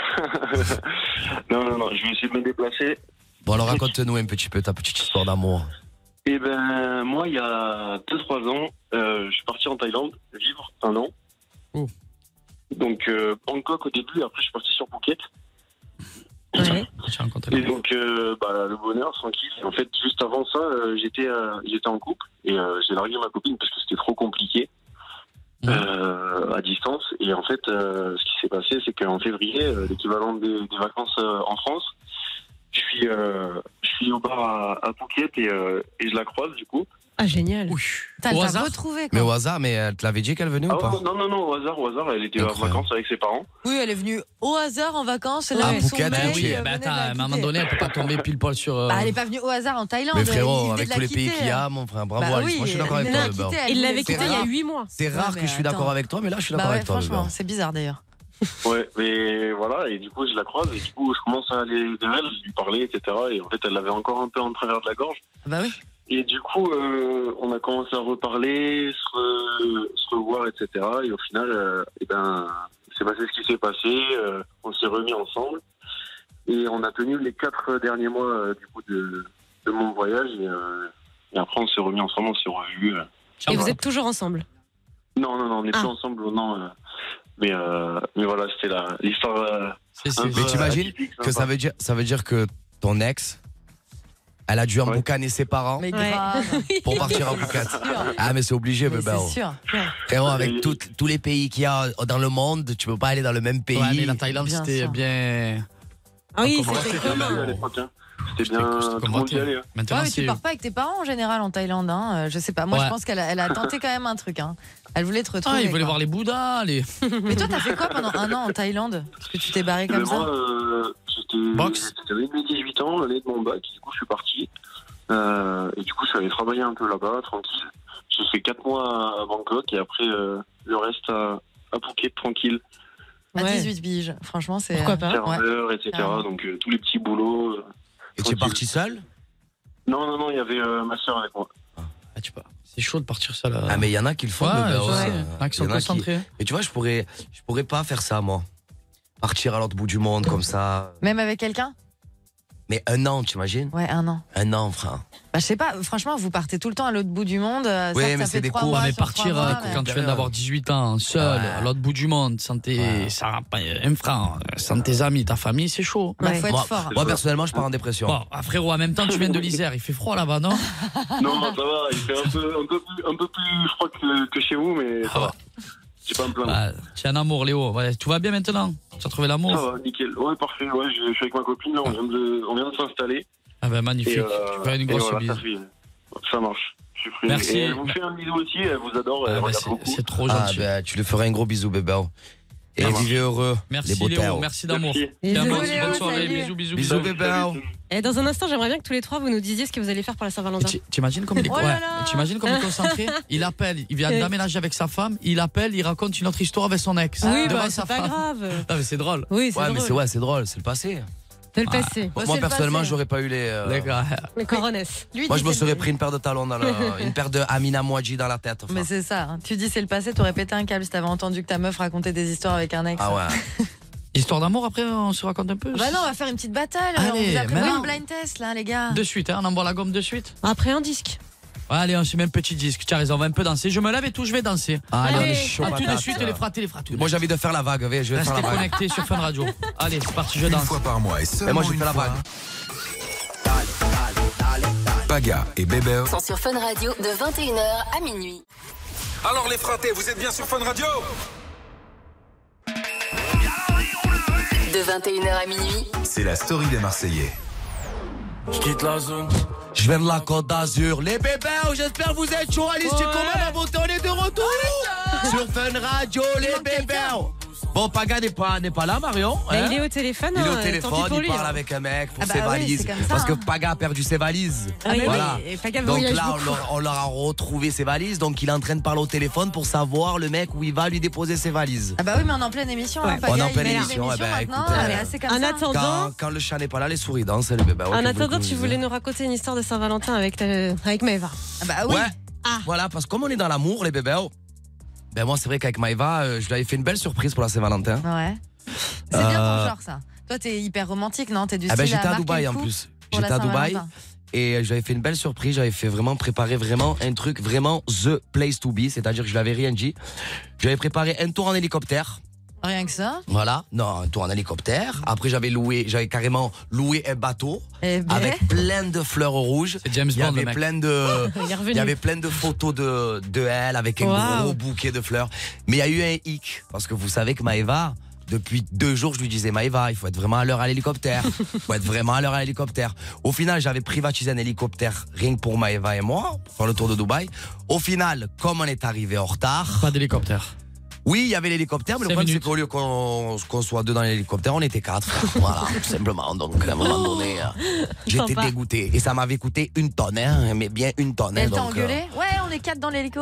Non, je vais essayer de me déplacer. Bon, alors raconte-nous un petit peu ta petite histoire d'amour. Eh ben, moi, il y a 2-3 ans, je suis parti en Thaïlande vivre 1 an. Oh. Donc, Bangkok au début, et après, je suis parti sur Phuket. Ouais. J'ai rencontré Et Léo. donc, le bonheur, tranquille. En fait, juste avant ça, j'étais en couple et j'ai largué ma copine parce que c'était trop compliqué à distance. Et en fait, ce qui s'est passé, c'est qu'en février, l'équivalent des vacances en France, je suis au bar à Phuket et je la croise du coup. Ah, génial. T'as Au le hasard retrouvé, Mais quoi. au hasard, mais elle te l'avait dit qu'elle venait ou pas? Non, au hasard, elle était en Incroyable. vacances avec ses parents. Oui, elle est venue au hasard en vacances. Ah, Là, et son Phuket, mec, ok. Oui, venait bah de attends, la à un moment quitter. donné, elle peut pas tomber pile poil sur. Bah, elle est pas venue au hasard en Thaïlande. Mais il frérot, venait avec de tous la les pays quitter. qu'il y a, mon frère, bravo Bah Alice. oui, Moi, je suis d'accord elle avec venait toi, de la Bébé. quitter, elle Il l'avait venait quitté de il y a voir. 8 mois. C'est rare que je suis mais d'accord attends. avec toi, mais là, je suis Bah d'accord ouais, avec toi, Bébé. franchement, c'est bizarre d'ailleurs. Ouais, mais voilà, et du coup, je la croise et du coup, je commence à aller vers elle, lui parler, etc. Et en fait, elle l'avait encore un peu en travers de la gorge. Bah oui. Et du coup, on a commencé à reparler, se revoir, etc. Et au final, c'est passé ce qui s'est passé. On s'est remis ensemble. Et on a tenu les 4 derniers mois du coup de mon voyage. Et après, on s'est remis ensemble, on s'est revus. Et vous êtes toujours ensemble? Non, on n'est plus ensemble. Non, mais voilà, c'était l'histoire. Mais t'imagines que ça veut dire que ton ex, elle a dû emboucaner ses parents Mais Ouais. grave. pour partir en Phuket. Ah, mais c'est obligé, Mais Bébé. c'est sûr. Frérot, avec tous les pays qu'il y a dans le monde, tu peux pas aller dans le même pays. Ouais, mais la Thaïlande, Bien c'était sûr. bien. Ah oui, Comment c'était C'était bien commun. à l'époque, hein. C'était bien, C'était tout le monde y convoité. allait. hein. Maintenant, Ouais, mais tu c'est. pars pas avec tes parents en général en Thaïlande, hein. Je sais pas. Moi, Ouais. je pense qu'elle a tenté quand même un truc, hein. Elle voulait te retrouver. Ah, il voulait quoi. voir les Bouddhas, les. Mais toi, t'as fait quoi pendant 1 an en Thaïlande? Parce que tu t'es barré Mais comme moi, ça. Boxe. j'avais mes 18 ans, l'année de mon bac, du coup je suis parti. Et du coup je suis allé travailler un peu là-bas, tranquille. J'ai fait 4 mois à Bangkok et après le reste à Phuket, tranquille. À Ouais. 18 piges. Franchement, c'est. Pourquoi pas? Serveur, etc. Carrément. Donc tous les petits boulots. Et tu es parti seul? Non, il y avait ma soeur avec moi. Ah, tu peux. C'est chaud de partir ça là. Ah, mais il y en a qui le font, Ouais, Bébé. je sais. ouais. Ah, qui sont Il y en a qui- concentrés. Et tu vois, je pourrais pas faire ça, moi. Partir à l'autre bout du monde comme ça. Même avec quelqu'un? Mais 1 an, t'imagines? Ouais, 1 an. 1 an, frère. Bah, je sais pas, franchement, vous partez tout le temps à l'autre bout du monde. Oui, certes, mais ça c'est fait des 3 cours. mois Ouais, mais sur partir 3 mois, mais- quand tu viens d'avoir 18 ans, seul, Ouais. à l'autre bout du monde, sans tes, Ouais. sans un franc, sans tes amis, ta famille, c'est chaud. Bah, Ouais. faut être Moi, fort. moi, personnellement, je pars en dépression. Bon, ah, frérot, en même temps, tu viens de l'Isère, il fait froid là-bas, non? Non, ça va, il fait un peu plus froid que chez vous, mais ça Ah va. J'ai pas à me plaindre. Bah, tu es un amour, Léo. Ouais, tout va bien maintenant? Tu as trouvé Ça l'amour? va, nickel. Ouais, parfait. Ouais, je suis avec ma copine, là, on vient de s'installer. Ah ben magnifique. Et, Tu fais une et grosse voilà, bise. ça marche. Je suis prêt. Merci. Et elle vous fait un bisou aussi, elle vous adore, elle Ah, bah, regarde beaucoup. c'est trop Ah, gentil. ben, tu lui ferais un gros bisou, bébé. Et Ça marche. vivez heureux. Merci les beaux Léo, terres. merci d'amour. Merci. Tiens, Bisous, bonne Léo, soirée, salut. bisous, bisous, Bisous, bisous. bébé. Et dans un instant, j'aimerais bien que tous les trois vous nous disiez ce que vous allez faire pour la Saint-Valentin. T'imagines comme il est Oh là ouais. là. T'imagines comme il est concentré? Il appelle, il vient d'aménager avec sa femme, il appelle, il raconte une autre histoire avec son ex. Oui, devant bah sa c'est pas femme. grave. Ah, mais c'est drôle. Oui, c'est Ouais, mais drôle. c'est drôle, c'est le passé. De le passer. Moi, c'est le personnellement, passé. j'aurais pas eu les. D'accord. Le coronesse. Lui, Moi, dit je me c'est serais le- pris une paire de talons une paire de Amina Mouadji dans la tête. frère. Mais c'est ça. hein. Tu dis c'est le passé, t'aurais pété un câble si t'avais entendu que ta meuf racontait des histoires avec un ex. Ah ouais. Histoire d'amour, après, on se raconte un peu? Bah non, on va faire une petite bataille. Allez, on vous a préparé maintenant. un blind test là, les gars. De suite, hein, on envoie la gomme de suite. Après un disque. Allez, on se met un petit disque. Tu as raison, on va un peu danser. Je me lève et tout, je vais danser. Allez, on est Allez. chaud À tout de patate. suite, les fratés, les fratés. Moi j'ai envie de faire la vague, je vais faire Restez la vague. connectés sur Fun Radio. Allez, c'est parti, je Une danse. fois par mois et Et seulement moi je une fais la fois. vague. Paga et Bébé Sont sur Fun Radio de 21h à minuit. Alors les fratés, vous êtes bien sur Fun Radio? De 21h à minuit, C'est la story des Marseillais. Je quitte la zone. Je viens de la Côte d'Azur. Les bébés, j'espère que vous êtes chauds. Alice, tu commandes à voter, on est de retour. Sur Fun Radio, les bébés. Bon, Paga n'est pas là, Marion. Bah, hein. il est au téléphone. Il est au tant pis téléphone, pour il lui, parle hein. avec un mec pour Ah bah ses oui, valises. c'est comme ça, Parce que hein. Paga a perdu ses valises. Ah oui, Voilà. oui, et Paga Donc voyage là, beaucoup. on leur a retrouvé ses valises. Donc il est en train de parler au téléphone pour savoir le mec où il va lui déposer ses valises. Ah bah oui, mais on est en pleine émission. Ouais. Hein, Paga, On est en il pleine met émission, l'émission eh ben, maintenant, écoute, elle est assez comme En ça. attendant, Quand le chat n'est pas là, les souris dansent, les bébés. en attendant, tu voulais nous raconter une histoire de Saint-Valentin avec Maëva. Ah bah oui. Ouais. Ah. Voilà, parce que comme on est dans l'amour, les bébés. Ben moi, c'est vrai qu'avec Maëva, je lui avais fait une belle surprise pour la Saint-Valentin. Ouais. C'est bien ton genre, ça. Toi, t'es hyper romantique, non? T'es du Ah ben style j'étais à marquer Dubaï le en coup plus. pour la J'étais à Dubaï. Saint-Valentin. Et j'avais fait une belle surprise, j'avais fait vraiment préparer vraiment un truc vraiment the place to be, c'est-à-dire que je l'avais rien dit. J'avais préparé un tour en hélicoptère. Rien que ça. Voilà, non, un tour en hélicoptère. Après j'avais carrément loué un bateau Eh ben, avec plein de fleurs rouges. C'est James Il y Bond, le avait mec. plein de Il est revenu. il y avait plein de photos de elle avec un Waouh. gros bouquet de fleurs. Mais il y a eu un hic parce que vous savez que Maëva, depuis 2 jours, je lui disais Maëva, il faut être vraiment à l'heure à l'hélicoptère. Il faut être vraiment à l'heure à l'hélicoptère. Au final, j'avais privatisé un hélicoptère rien que pour Maëva et moi pour faire le tour de Dubaï. Au final, comme on est arrivé en retard, Pas d'hélicoptère. oui, il y avait l'hélicoptère, mais le 5 problème c'est minutes. qu'au lieu qu'on soit 2 dans l'hélicoptère, on était 4. Voilà, tout simplement. Donc à un moment donné, j'étais Sympa. dégoûté. Et ça m'avait coûté 1 tonne, hein, mais bien 1 tonne. hein, elle t'a donc, engueulé? Ouais, on est 4 dans l'hélico.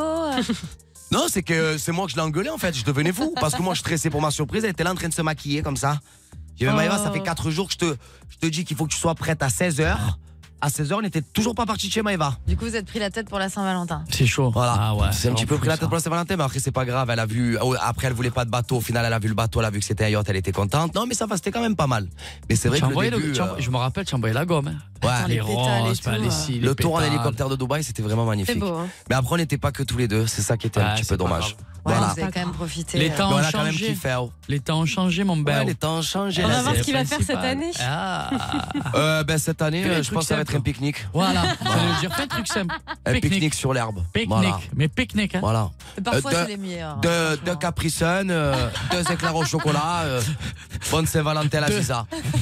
Non, c'est que c'est moi que je l'ai engueulé en fait, je devenais fou. Parce que moi je stressais pour ma surprise, elle était là en train de se maquiller comme ça. J'ai dit, Maëva, ça fait 4 jours que je te dis qu'il faut que tu sois prête à 16h. À 16h, on n'était toujours pas parti de chez Maëva. Du coup, vous êtes pris la tête pour la Saint-Valentin. C'est chaud. Voilà, Ah ouais, c'est un petit peu vraiment pris la fou, tête pour la Saint-Valentin, mais après c'est pas grave. Elle a vu, après elle voulait pas de bateau. Au final, elle a vu le bateau, elle a vu que c'était un yacht, elle était contente. Non, mais ça va, c'était quand même pas mal. Mais c'est vrai Tu as que le envoyé début, je me rappelle, tu as envoyé la gomme. Hein. ouais, Attends, Les les pétales roses, et pas tout, les cils, le les tour en pétales. hélicoptère de Dubaï, c'était vraiment magnifique. C'est beau, hein. Mais après, on n'était pas que tous les deux. C'est ça qui était un Ouais, petit c'est peu pas dommage. grave. Ouais, Voilà. vous avez quand même profité. Les temps Mais on ont a quand même changé. kiffé. Oh. Les temps ont changé, mon Ouais, bel. les temps ont changé. On va là, voir c'est- ce qu'il va faire cette année. Ah. Ben, cette année, Que les je trucs pense que ça va être simples. un pique-nique. Voilà, ça veut dire fais un truc simple. Un pique-nique sur l'herbe. Pique-nique. Voilà. Mais pique-nique, hein. Voilà. Et parfois, deux- c'est les meilleurs. Deux Capri Sun, 2 éclairs au chocolat. Bonne Saint-Valentin à la Ziza.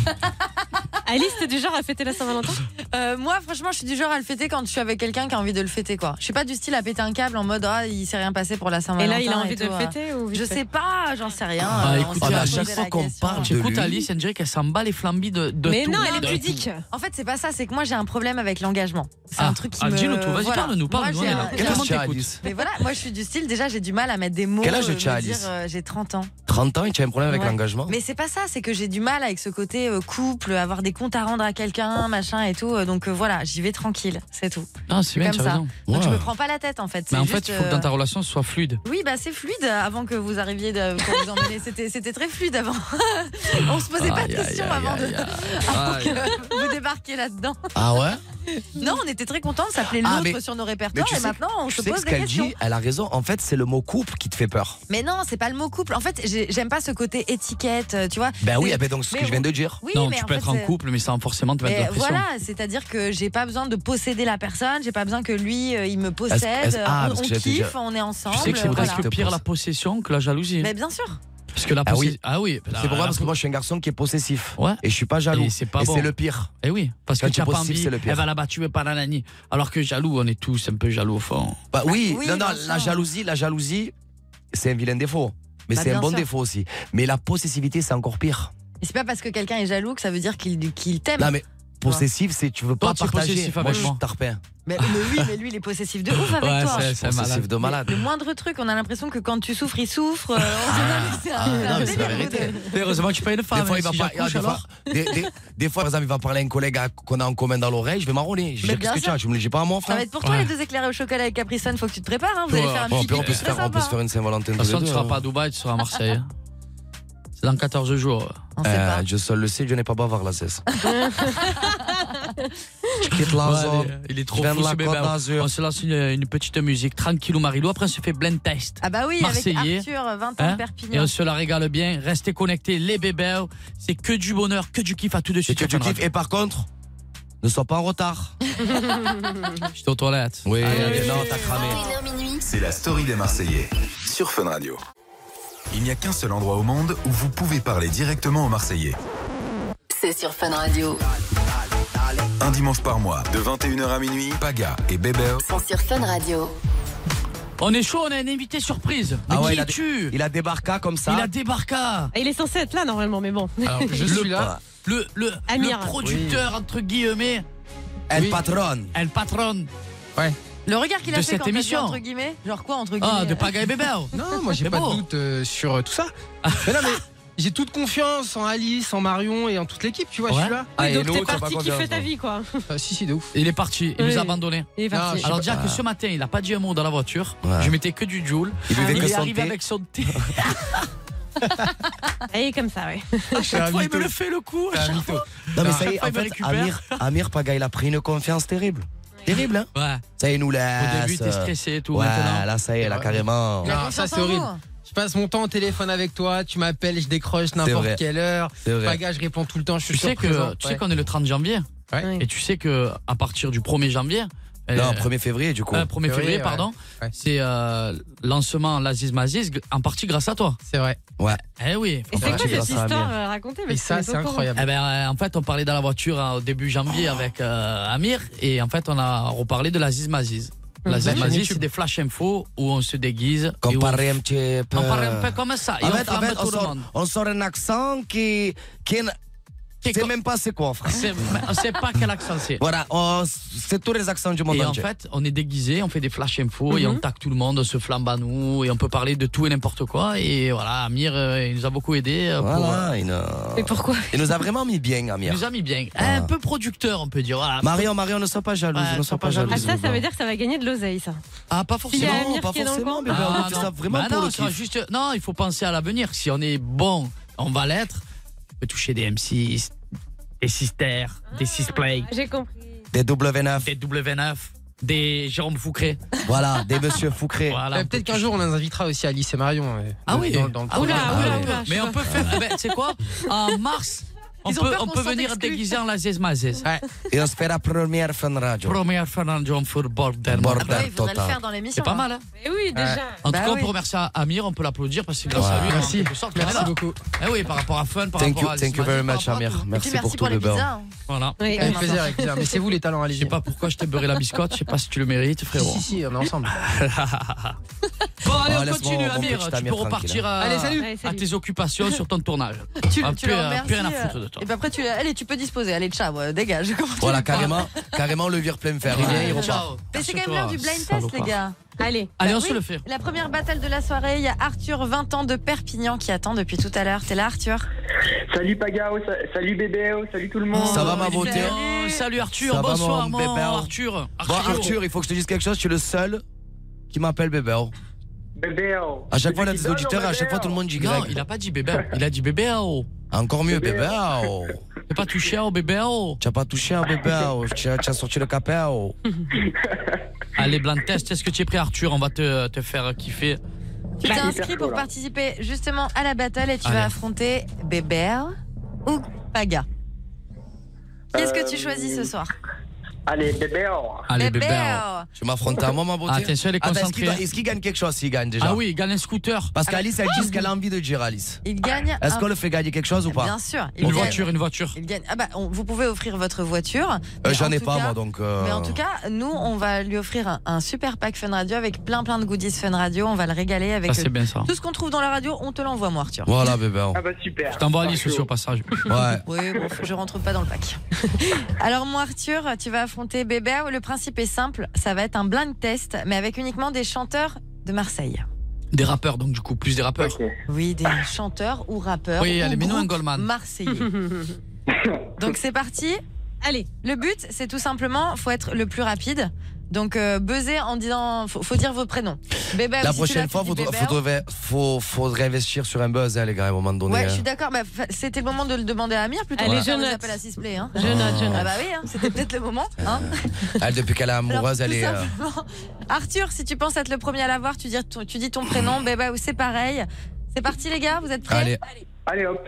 Alice, t'es du genre à fêter la Saint-Valentin? Moi, franchement, je suis du genre à le fêter quand je suis avec quelqu'un qui a envie de le fêter, quoi. Je suis pas du style à péter un câble en mode ah, il s'est rien passé pour la Et Saint-Valentin. là, il a envie de tout, le fêter ou vite Je fait sais pas, j'en sais rien. Ah, On écoute, s'est à posé chaque la fois qu'on question. parle de J'écoute lui. Alice, on dirait qu'elle s'en bat les flambis de Mais tout. non, elle De est pudique. En fait, c'est pas ça, c'est que moi j'ai un problème avec l'engagement. C'est Ah, un truc qui ah, me. dis-nous tout, vas-y, Voilà. parle-nous, Moi, on j'ai est un- là. j'ai Quel un- âge Comment tu as, t'écoutes Alice? Mais voilà, moi je suis du style, déjà j'ai du mal à mettre des mots. Quel âge me tu as, dire, Alice j'ai 30 ans. 30 ans et tu as un problème avec Ouais. l'engagement? Mais c'est pas ça, c'est que j'ai du mal avec ce côté couple, avoir des comptes à rendre à quelqu'un, machin et tout. Donc voilà, j'y vais tranquille, c'est tout. Non, c'est bien, Comme tu as ça. raison. Donc je Ouais. me prends pas la tête en fait. Mais c'est en fait, juste, il faut que dans ta relation, ce soit fluide. Oui, bah c'est fluide avant que vous arriviez pour vous emmener. C'était très fluide avant. On se posait pas de Aïe, aïe, questions aïe, avant aïe, avant aïe. que vous débarquiez là-dedans. Ah ouais? Non, on était très contents de s'appeler Ah, l'autre mais- sur nos Mais répertoires tu et sais- maintenant on Tu se sais pose ce des qu'elle questions. dit, elle a raison. En fait, c'est le mot couple qui te fait peur. Mais non, c'est pas le mot couple. En fait, j'aime pas ce côté étiquette, tu vois. Ben oui, C'est- eh ben donc ce mais que je viens de dire. Oui, Non, mais tu en peux fait, être en c'est- couple, mais sans forcément te mettre de la Et pression. voilà, c'est-à-dire que j'ai pas besoin de posséder la personne, j'ai pas besoin que lui il me possède. ah, on parce que j'allais te dire- kiffe, on est ensemble. Tu sais que c'est voilà. presque pire la possession que la jalousie. Mais bien sûr. Parce que la Ah oui. possession. Ah oui. C'est pourquoi? Parce que moi, je suis un garçon qui est possessif. Ouais. Et je suis pas jaloux. Et c'est pas bon. c'est le pire. Eh oui, parce Quand que tu tu es n'as pas possessif, envie, c'est le pire. elle va là-bas, tu veux pas nanani. Alors que jaloux, on est tous un peu jaloux au fond. Bah oui, oui, non, bien la sûr. jalousie, c'est un vilain défaut. Mais Bah, c'est un bien bon sûr. défaut aussi. Mais la possessivité, c'est encore pire. Et c'est pas parce que quelqu'un est jaloux que ça veut dire qu'il t'aime. Non, mais possessif, c'est tu veux Toi, pas tu es partager. possessif Moi, avec je suis moi. tarpin. Mais oui, mais lui, il est possessif de ouf avec Ouais, toi. c'est Possessif malade. de malade. Le moindre truc, on a l'impression que quand tu souffres, il souffre. C'est un- Ah, c'est non, un mais c'est la délire, vérité. vous, Heureusement que je suis pas une femme. Des fois, il va si pas. j'accouche, des, fois, alors. des fois, par exemple, il va parler à un collègue qu'on a en commun dans l'oreille, je vais m'enrôler. Je vais Mais dire, qu'est-ce bien que tu as? Je me le dis pas à moi, Ça frère. va être pour toi Ouais. les 2 éclairs au chocolat avec Capri Sun, faut que tu te prépares. Vous allez Ouais, faire un Bon, petit puis on peut pique-nique se très faire, on peut se sympa. faire une Saint-Valentin De tous toute façon, les tu deux. seras pas à Dubaï, tu seras à Marseille. hein. C'est dans 14 jours. On sait pas. Je seul le sais, je n'ai pas bavard la cesse. Je quitte la Ouais, zone. il est trop Je viens de fou la ce bébé. Côte d'Azur. On se lance une petite musique tranquillou Marilou. Après on se fait blind test. Ah bah oui, Marseillais. avec Arthur, 20 ans Hein de Et Perpignan. on se la régale bien. Restez connectés, les bébés. C'est que du bonheur, que du kiff à tout de C'est suite. que tu kiffes. Et par contre, ne sois pas en retard. J'étais aux toilettes. Oui, Allez. non, t'as cramé. 21h minuit. C'est la story des Marseillais sur Fun Radio. Il n'y a qu'un seul endroit au monde où vous pouvez parler directement aux Marseillais. C'est sur Fun Radio. Un dimanche par mois, de 21h à minuit, Paga et Bébert Sont sur Fun Radio. On est chaud, on a un invité surprise. Mais Ah ouais, qui es-tu il a débarqué comme ça. Il a débarqué. Ah, il est censé être là normalement, mais bon. Alors, je suis là. Le Amir. producteur, entre guillemets, El patron. El patron. Le regard qu'il a De fait cette quand t'as dit émission. entre guillemets. Genre quoi entre guillemets Ah, de Paga et Bébert. Non, moi j'ai C'est pas beau. de doute sur tout ça. Mais non, mais j'ai toute confiance en Alice, en Marion et en toute l'équipe, tu vois, je Ouais. suis là. Ah, et Donc nous, t'es t'as pas parti confiance, kiffer ta non. vie, quoi. Si, de ouf. Il est parti, il Oui. nous a abandonnés. Il est parti. Non, Alors dire que ce matin, il a pas dit un mot dans la voiture. Ouais. Je mettais que du Joule. Il buvait Il que est son arrivé thé. avec son thé. Et comme ça, ouais. À chaque un fois, il me mytho. le fait le coup. C'est un mytho. Non, mais À ça y chaque est, fois, en il me fait, récupère. Amir Paga, il a pris une confiance terrible. Terrible, hein. Ouais. Ça y est, il nous laisse. Au début, t'es stressé et tout. Ouais, Maintenant. là, ça y est, là, carrément. Il a Non, confiance ça, c'est en vous. horrible. Je passe mon temps au téléphone avec toi, tu m'appelles, je décroche vrai. n'importe quelle heure. C'est vrai. Paga, je réponds tout le temps, je suis Tu sais toujours présent. que tu sais qu'on est le 30 janvier. Ouais. Et tu sais que à partir du 1er janvier. Non, 1er février, du coup. 1er février, ouais. pardon. Ouais. C'est lancement l'Aziz Maziz, en partie grâce à toi. C'est vrai. Ouais. Eh oui. Et c'est Ouais, quoi tu cette grâce à histoire Amir. racontée Et ça, c'est incroyable. Eh ben, en fait, on parlait dans la voiture au début janvier avec Amir et en fait, on a reparlé de l'Aziz Maziz. L'Aziz La chaîne Maziz, YouTube. c'est des flash infos où on se déguise. et où Comparer un petit peu. on parle un peu comme ça. Et En on fait, flambe tout le monde. on sort un accent qui est. Qui est C'est co- même pas c'est quoi, frère. On sait pas quel accent c'est. Voilà, c'est tous les accents du monde Et en entier. fait, on est déguisé, on fait des flash infos et on tague tout le monde, on se flambe à nous et on peut parler de tout et n'importe quoi. Et voilà, Amir, il nous a beaucoup aidé. Voilà, Mais pourquoi il nous a vraiment mis bien, Il Amir. nous a mis bien. Un peu producteur, on peut dire. Voilà. Marion, ne sois pas jalouse, Ouais, ne sois pas jalouse. Ah, ça veut dire que ça va gagner de l'oseille, ça. Ah, pas Il y a forcément. Amir pas qui est dans le forcément, coin. bébé, on fait ça vraiment Bah pour non, le ça va kiff. juste, non, il faut penser à l'avenir. Si on est bon, on va l'être. On peut toucher des M6, des Sister, des 6play, J'ai compris. Des W9, des W9, des Jérôme Foucré. voilà, des Monsieur Foucré. Voilà, on peut Peut-être qu'un toucher- jour on les invitera aussi Alice et Marion. Ah oui, dans le ah oui, Oula, ah oula, oui. oula, je Mais sais on pas. peut faire. Eh ben, tu sais quoi? En mars, on Ils ont peut, peur on qu'on peut se sente venir exclus. déguisé en l'Aziz Maziz. Ouais. Et on se fait la première Fun Radio. Première Fernando pour Bordel. Bordel. Ah bah oui, il faudrait Total. le faire dans l'émission. C'est pas mal, hein? Mais oui, déjà. En Bah tout cas, on oui. peut remercier Amir, on peut l'applaudir parce que c'est grâce Ouais. à lui. Merci. en quelque sorte, qu'on est Merci là. beaucoup. Eh oui, par rapport à Fun, par Thank rapport à you Aziz very Maziz, much, par rapport à Amir. tout. Et puis Merci pour tout, pour les bébé. pizzas. hein. Voilà. Oui, Avec plaisir, avec plaisir. Mais c'est vous les talents, Je Alice. sais pas pourquoi je t'ai beurré la biscotte, je sais pas si tu le mérites, frérot. Si, on est ensemble. Bon, allez, Oh, on laisse-moi continue, mon Amir. petit Tu Amir peux repartir tranquille, Allez, salut. Allez, à salut. tes occupations sur ton tournage. Tu Ah, le plus rien remercies. à foutre de toi. Et puis après, allez, tu peux disposer. Allez, ciao, dégage. Comment tu Voilà, veux pas carrément le vire plein fer. Il vient, il repart. Ciao. Mais c'est quand même Casse-toi, l'heure du blind test, salopard. les gars. Allez. Allez, Bah on oui, se le fait. La première battle de la soirée, il y a Arthur, 20 ans de Perpignan, qui attend depuis tout à l'heure. T'es là, Arthur? Salut Pagao, salut Bébéo, salut tout le monde. Ça va, ma beauté? Oh, salut Arthur, Ça va, bonsoir mon mon bébé? Arthur. Bon, Arthur, il faut que je te dise quelque chose. Tu es le seul qui m'appelle bébé. Bébéo. À chaque fois, on a des auditeurs, à chaque fois, tout le monde dit Non, Greg. il a pas dit bébé, il a dit bébé. Encore mieux, bébé. T'as pas touché au bébé. Tu n'as pas touché un bébé. Tu as sorti le capé. Allez, blind test, est-ce que tu es prêt Arthur? On va te faire kiffer. Tu t'es Hyper inscrit chaud, pour là. participer justement à la battle et tu Allez. vas affronter Bébert ou Paga. Qu'est-ce que tu choisis ce soir? Allez, Bébéo. Allez, bébé. Tu m'affrontes à moi, ma beauté. Attention, elle est Attends, concentrée. est-ce qu'il gagne quelque chose s'il gagne déjà? Ah oui, il gagne un scooter. Parce qu'Alice, elle dit ce qu'elle a envie de dire, Alice. Il gagne. Est-ce qu'on le fait gagner quelque chose ou pas? Bien sûr. Il Une gagne- voiture, une voiture. Il gagne. Ah bah, vous pouvez offrir votre voiture. mais J'en en ai tout pas, cas- moi, donc. Mais en tout cas, nous, on va lui offrir un super pack Fun Radio avec plein de goodies Fun Radio. On va le régaler avec Ça, c'est bien ça. tout ce qu'on trouve dans la radio. On te l'envoie, moi, Arthur. Voilà, bébé. Ah bah super. Je t'envoie Alice Chaud. aussi au passage. Ouais. Oui, bon, je rentre pas dans le pack. Alors, moi, Arthur, tu vas affronter Bébé. Le principe est simple. Ça va être un blind test, mais avec uniquement des chanteurs de Marseille. Des rappeurs, donc du coup, plus des rappeurs. Ok. Oui, des chanteurs ou rappeurs. Oui, ou allez, mets-nous un groupes Goldman. marseillais. Donc, c'est parti. Allez. Le but, c'est tout simplement, faut être le plus rapide. Donc buzzer en disant, faut dire vos prénoms. Bébé, La si prochaine tu l'as fois, fait, faudrait investir sur un buzz, les gars, à un moment donné. Ouais, je suis d'accord. Bah, c'était le moment de le demander à Amir plutôt. Allez, que je de faire note. des appels à six-play. Hein. Je note. Ah bah oui, hein, c'était peut-être le moment. Hein. Elle, depuis qu'elle est amoureuse, Alors, elle est. tout simplement, Arthur, si tu penses être le premier à l'avoir, tu dis ton prénom. Bébé, c'est pareil. C'est parti les gars, vous êtes prêts? Allez hop.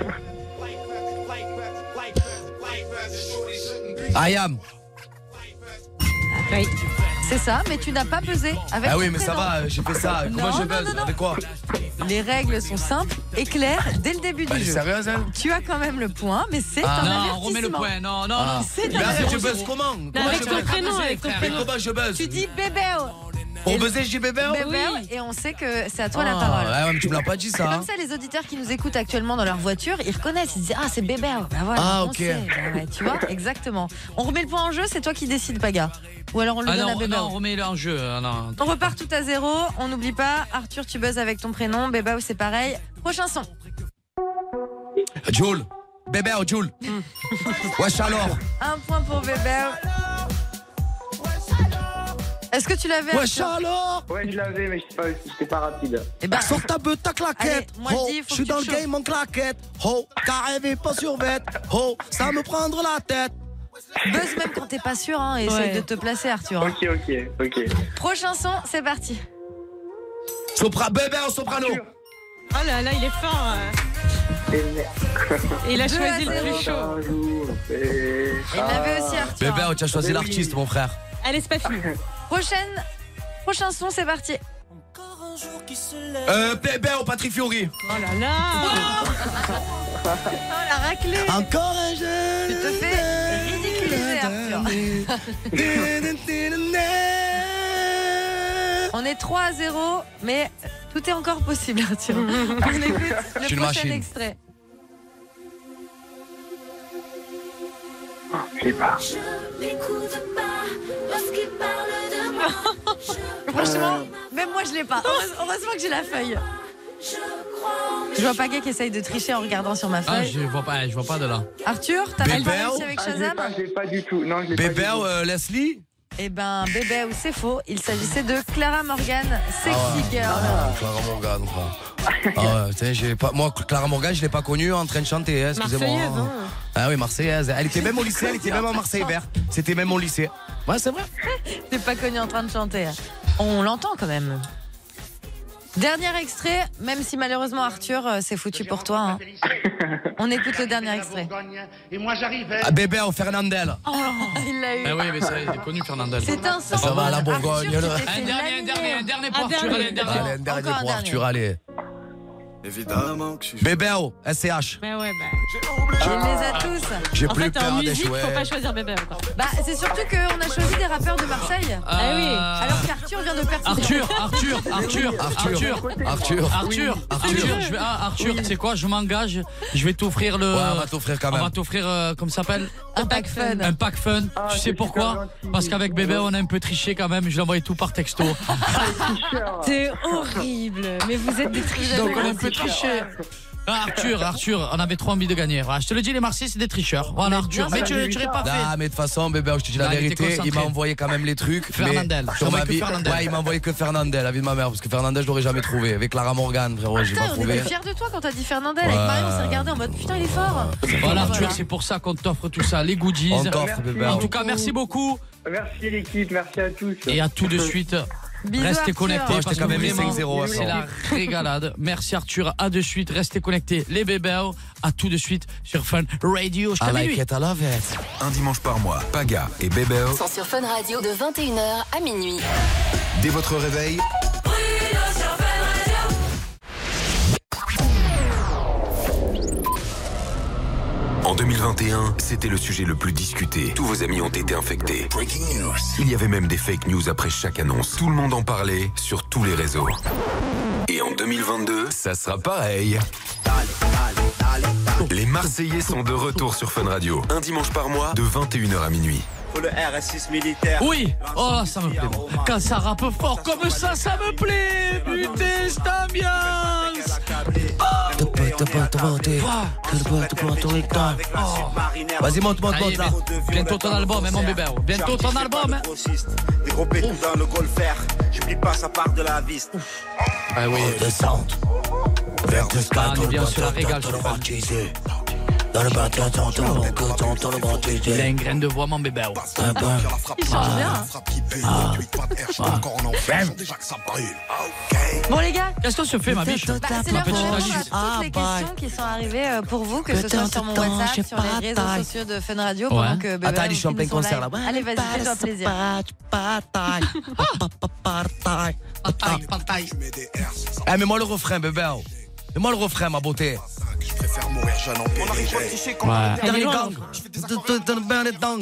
Ayam. Oui. C'est ça, mais tu n'as pas buzzé avec Ah ton oui, mais ça prénom. va, j'ai fait ça. Comment je buzz? Avec quoi? Les règles sont simples et claires dès le début du jeu. Sérieuse, elle? Tu as quand même le point, mais c'est un Non, avertissement. on remet le point. Non. C'est Mais un arrête, je avertissement. buzz comment? Comment Avec je ton buzz? prénom, avec ton Mais prénom. comment je buzz? Tu dis bébé. Pour buzzer, je dis bébé? Bébé, et on sait que c'est à toi la parole. Ouais, mais tu me l'as pas dit C'est ça. comme ça, les auditeurs qui nous écoutent actuellement dans leur voiture, ils reconnaissent, ils disent ah c'est bébé. Bah voilà, Ah, on ok. sait. Bah ouais, tu vois, exactement. On remet le point en jeu, c'est toi qui décides, Paga. Ou alors on le donne à bébé. Non, remets-le en jeu. Non. On repart tout à zéro, on n'oublie pas, Arthur tu buzzes avec ton prénom, bébé c'est pareil. Prochain son. Jules. Bébé, Jules. Wesh alors. Un point pour bébé. Est-ce que tu l'avais? Wesh Arthur alors. Ouais, je l'avais, mais j'étais pas rapide. Eh ben, Sors ta beute, ta claquette. Allez, moi, je dis, faut je suis que dans tu le te game en claquette. Oh, carré pas sur bête. Oh, ça me prendre la tête. buzz même quand t'es pas sûr, hein, et essaye de te placer, Arthur. hein. Ok. Prochain son, c'est parti. Bébé au soprano. Oh là là, il est fort. Et il a 2 à choisi le 0. plus chaud. Il l'avait aussi, Arthur. Bébé, tu as choisi l'artiste, mon frère. Allez, c'est pas fini. Prochain son, c'est parti. Bébé au Patrick Fiori. Oh là là. Oh, la raclée. Encore un jeune. Tu te fais ridiculiser, Arthur. On est 3 à 0, mais tout est encore possible, Arthur. On écoute Je suis le une prochain machine. extrait. Je sais pas. Franchement, même moi je l'ai pas. Heureusement que j'ai la feuille. Je vois Paga qui essaye de tricher en regardant sur ma Ah, feuille. je vois pas de là. Arthur, t'as Bébé, pas réussi avec Je Shazam? l'ai pas du tout. Non, je l'ai pas Bébé, du tout. Leslie. Eh ben, bébé, ou c'est faux. Il s'agissait de Clara Morgan, Sexy Girl. Clara Morgan, quoi. Ah ouais, j'ai pas, moi, Clara Morgan, je l'ai pas connue en train de chanter, hein, excusez-moi. Marseillaise, hein. Ah oui, Marseillaise. Elle était même au lycée, elle était même en Marseille vert. C'était même au lycée. Ouais, c'est vrai. T'es pas connu en train de chanter. On l'entend quand même. Dernier extrait, même si malheureusement Arthur, c'est foutu pour toi. hein. On écoute le dernier extrait. Et moi j'arrivais. Ah, bébé au Fernandel. Oh, il l'a eu. Eh oui, mais c'est connu, Fernandel. C'est un son. Ça va à la Bourgogne. Arthur, là. tu t'es fait laminer. Un dernier pour Arthur. Allez, un dernier. Allez, un dernier Encore un pour dernier. Arthur, allez. Évidemment que je suis. Bébé au SCH. Bah ouais, Il les a tous. J'ai En plus fait, en peur musique, d'échouer. faut pas choisir bébé. Quoi. Bah, c'est surtout qu'on a choisi des rappeurs de Marseille. Ah oui. Alors qu'Arthur vient de perdre. Arthur, je vais, Arthur, tu sais quoi, je m'engage, je vais t'offrir le. Ouais, on va t'offrir quand On même. va t'offrir, comment ça s'appelle? Un pack fun. Un pack fun. Ah, Tu sais c'est pourquoi? super gentil. Parce qu'avec bébé, on a un peu triché quand même. Je l'ai envoyé tout par texto. C'est horrible. Mais vous êtes des tricheurs. Donc on a un peu triché. Ah, Arthur, on avait trop envie de gagner. Voilà, je te le dis, les Marseillais, c'est des tricheurs. Voilà, Arthur. Mais tu l'aurais pas fait. Non, mais de toute façon, bébé, je te dis la Non, il était vérité, il concentré. m'a envoyé quand même les trucs. Fernandel. Mais Je sur t'envoie ma que vie, Fernandel. ouais, il m'a envoyé que Fernandel, la vie de ma mère, parce que Fernandel, je l'aurais jamais trouvé. Avec Clara Morgan, frérot, j'ai pas Putain, on trouvé. était fiers de toi quand t'as dit Fernandel. Avec Marion, on s'est regardé en mode putain, il est fort. Voilà, Arthur, c'est pour ça qu'on t'offre tout ça, les goodies. On t'offre, bébé. En tout cas, merci beaucoup. Merci l'équipe, merci à tous. Et à tout de suite. Bisous, Restez Arthur. connectés Moi, je parce t'ai que quand même mis vraiment, 5-0 c'est la régalade. Merci Arthur, à de suite. Restez connectés, les bébés. À tout de suite sur Fun Radio. I like it, I love it. Un dimanche par mois, Paga et Bébéo, Sont sur Fun Radio de 21h à minuit. dès votre réveil, en 2021, c'était le sujet le plus discuté. Tous vos amis ont été infectés. Il y avait même des fake news après chaque annonce. Tout le monde en parlait sur tous les réseaux. Et en 2022, ça sera pareil. Les Marseillais sont de retour sur Fun Radio. Un dimanche par mois, de 21h à minuit. Le RS6 militaire. Oui, oh ça me plaît. Quand ça rappe fort comme ça me plaît. Putain, cette ambiance. Vas-y, monte là. Bientôt ton album, mon bébé. Bientôt ton album. Des gros bétons dans le golfer. J'oublie pas, ça part de la vis. Ah oui. Descente. Vers le sky. On est bien sur la régale, je crois. Dans le bateau, t'entends le grand Il a une graine de voix, mon bébé. Il change bien. Bon les gars, qu'est-ce qu'on se fait, ma biche? c'est l'heure pour répondre à toutes les questions qui sont arrivées pour vous, que ce soit sur mon WhatsApp, sur les réseaux sociaux de Fun Radio, pendant que bébé. Attends, allez, je suis en plein concert là. Allez, vas-y, fais-toi plaisir. Eh, mets-moi le refrain, bébé. Mets-moi le refrain, ma beauté. Je préfère mourir jeune en périphérie. Dans les gangs.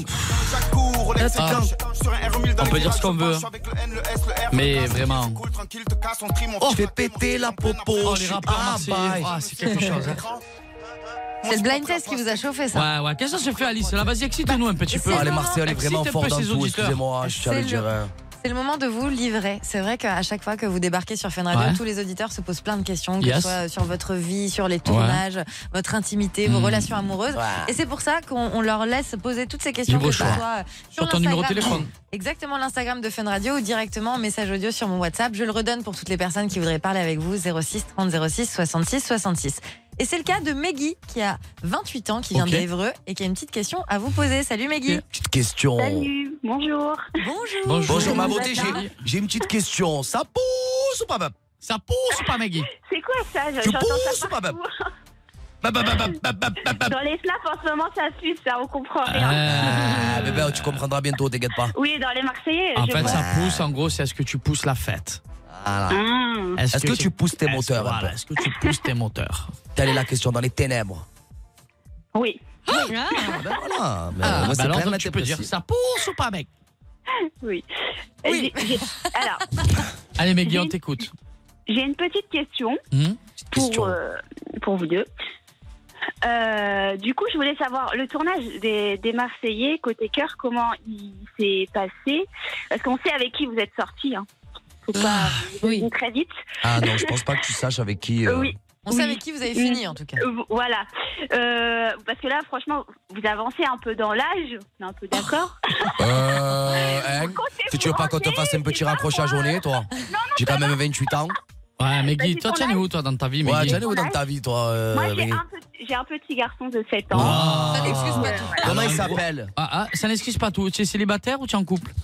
On peut dire ce qu'on veut. Mais vraiment. Je fais péter la popo. Oh, les rappeurs marseillais. C'est quelque chose. C'est le blind test qui vous a chauffé, ça. Ouais. Qu'est-ce que ça se fait, Alice? Là, vas-y, excite-nous un petit peu. Les Marseillais, on est vraiment forts dans tout. Excusez-moi, je tiens à le dire. C'est le moment de vous livrer. C'est vrai qu'à chaque fois que vous débarquez sur Fun Radio, tous les auditeurs se posent plein de questions, que ce soit sur votre vie, sur les tournages, votre intimité, vos relations amoureuses. Et c'est pour ça qu'on leur laisse poser toutes ces questions, que ce soit sur ton numéro de téléphone. Exactement, l'Instagram de Fun Radio ou directement en message audio sur mon WhatsApp. Je le redonne pour toutes les personnes qui voudraient parler avec vous, 06 30 06 66 66. Et c'est le cas de Meggy, qui a 28 ans, qui vient d'Évreux et qui a une petite question à vous poser. Salut Meggy. Petite question. Salut, bonjour. Bonjour ma beauté, j'ai une petite question. Ça pousse ou pas? Ça pousse ou pas, Meggy? C'est quoi ça? Tu J'entends pousses ça ou pas? Dans les snaps en ce moment ça suce, ça on comprend rien. Bébé, tu comprendras bientôt, t'inquiète pas. Oui, dans les Marseillais. En fait, ça pousse, en gros, c'est est-ce que tu pousses la fête? Voilà. Est-ce que tu pousses tes moteurs? Voilà, est-ce que tu pousses tes moteurs? Telle est la question, dans les ténèbres. Oui. Voilà. Moi, alors, donc, tu peux dire ça pousse ou pas, mec? Oui. Alors. Allez, Meggy, on t'écoute. J'ai une petite question pour vous deux. Du coup, je voulais savoir le tournage des Marseillais côté cœur, comment il s'est passé? Parce qu'on sait avec qui vous êtes sortis. Hein. Faut pas très vite. Ah non, je pense pas que tu saches avec qui. Oui. On sait avec qui vous avez fini, en tout cas. Voilà. Parce que là, franchement, vous avancez un peu dans l'âge. On est un peu d'accord. Si tu veux pas qu'on te fasse un petit raccrochage au nez, toi? J'ai quand même 28 ans. Ouais, Meggy, toi, tiens où, toi, dans ta vie, Meggy? Ouais, tiens où dans ta vie, toi? Moi, j'ai un petit garçon de 7 ans. Ça n'excuse pas tout. Comment il s'appelle? Ça n'excuse pas tout. Tu es célibataire ou tu es en couple?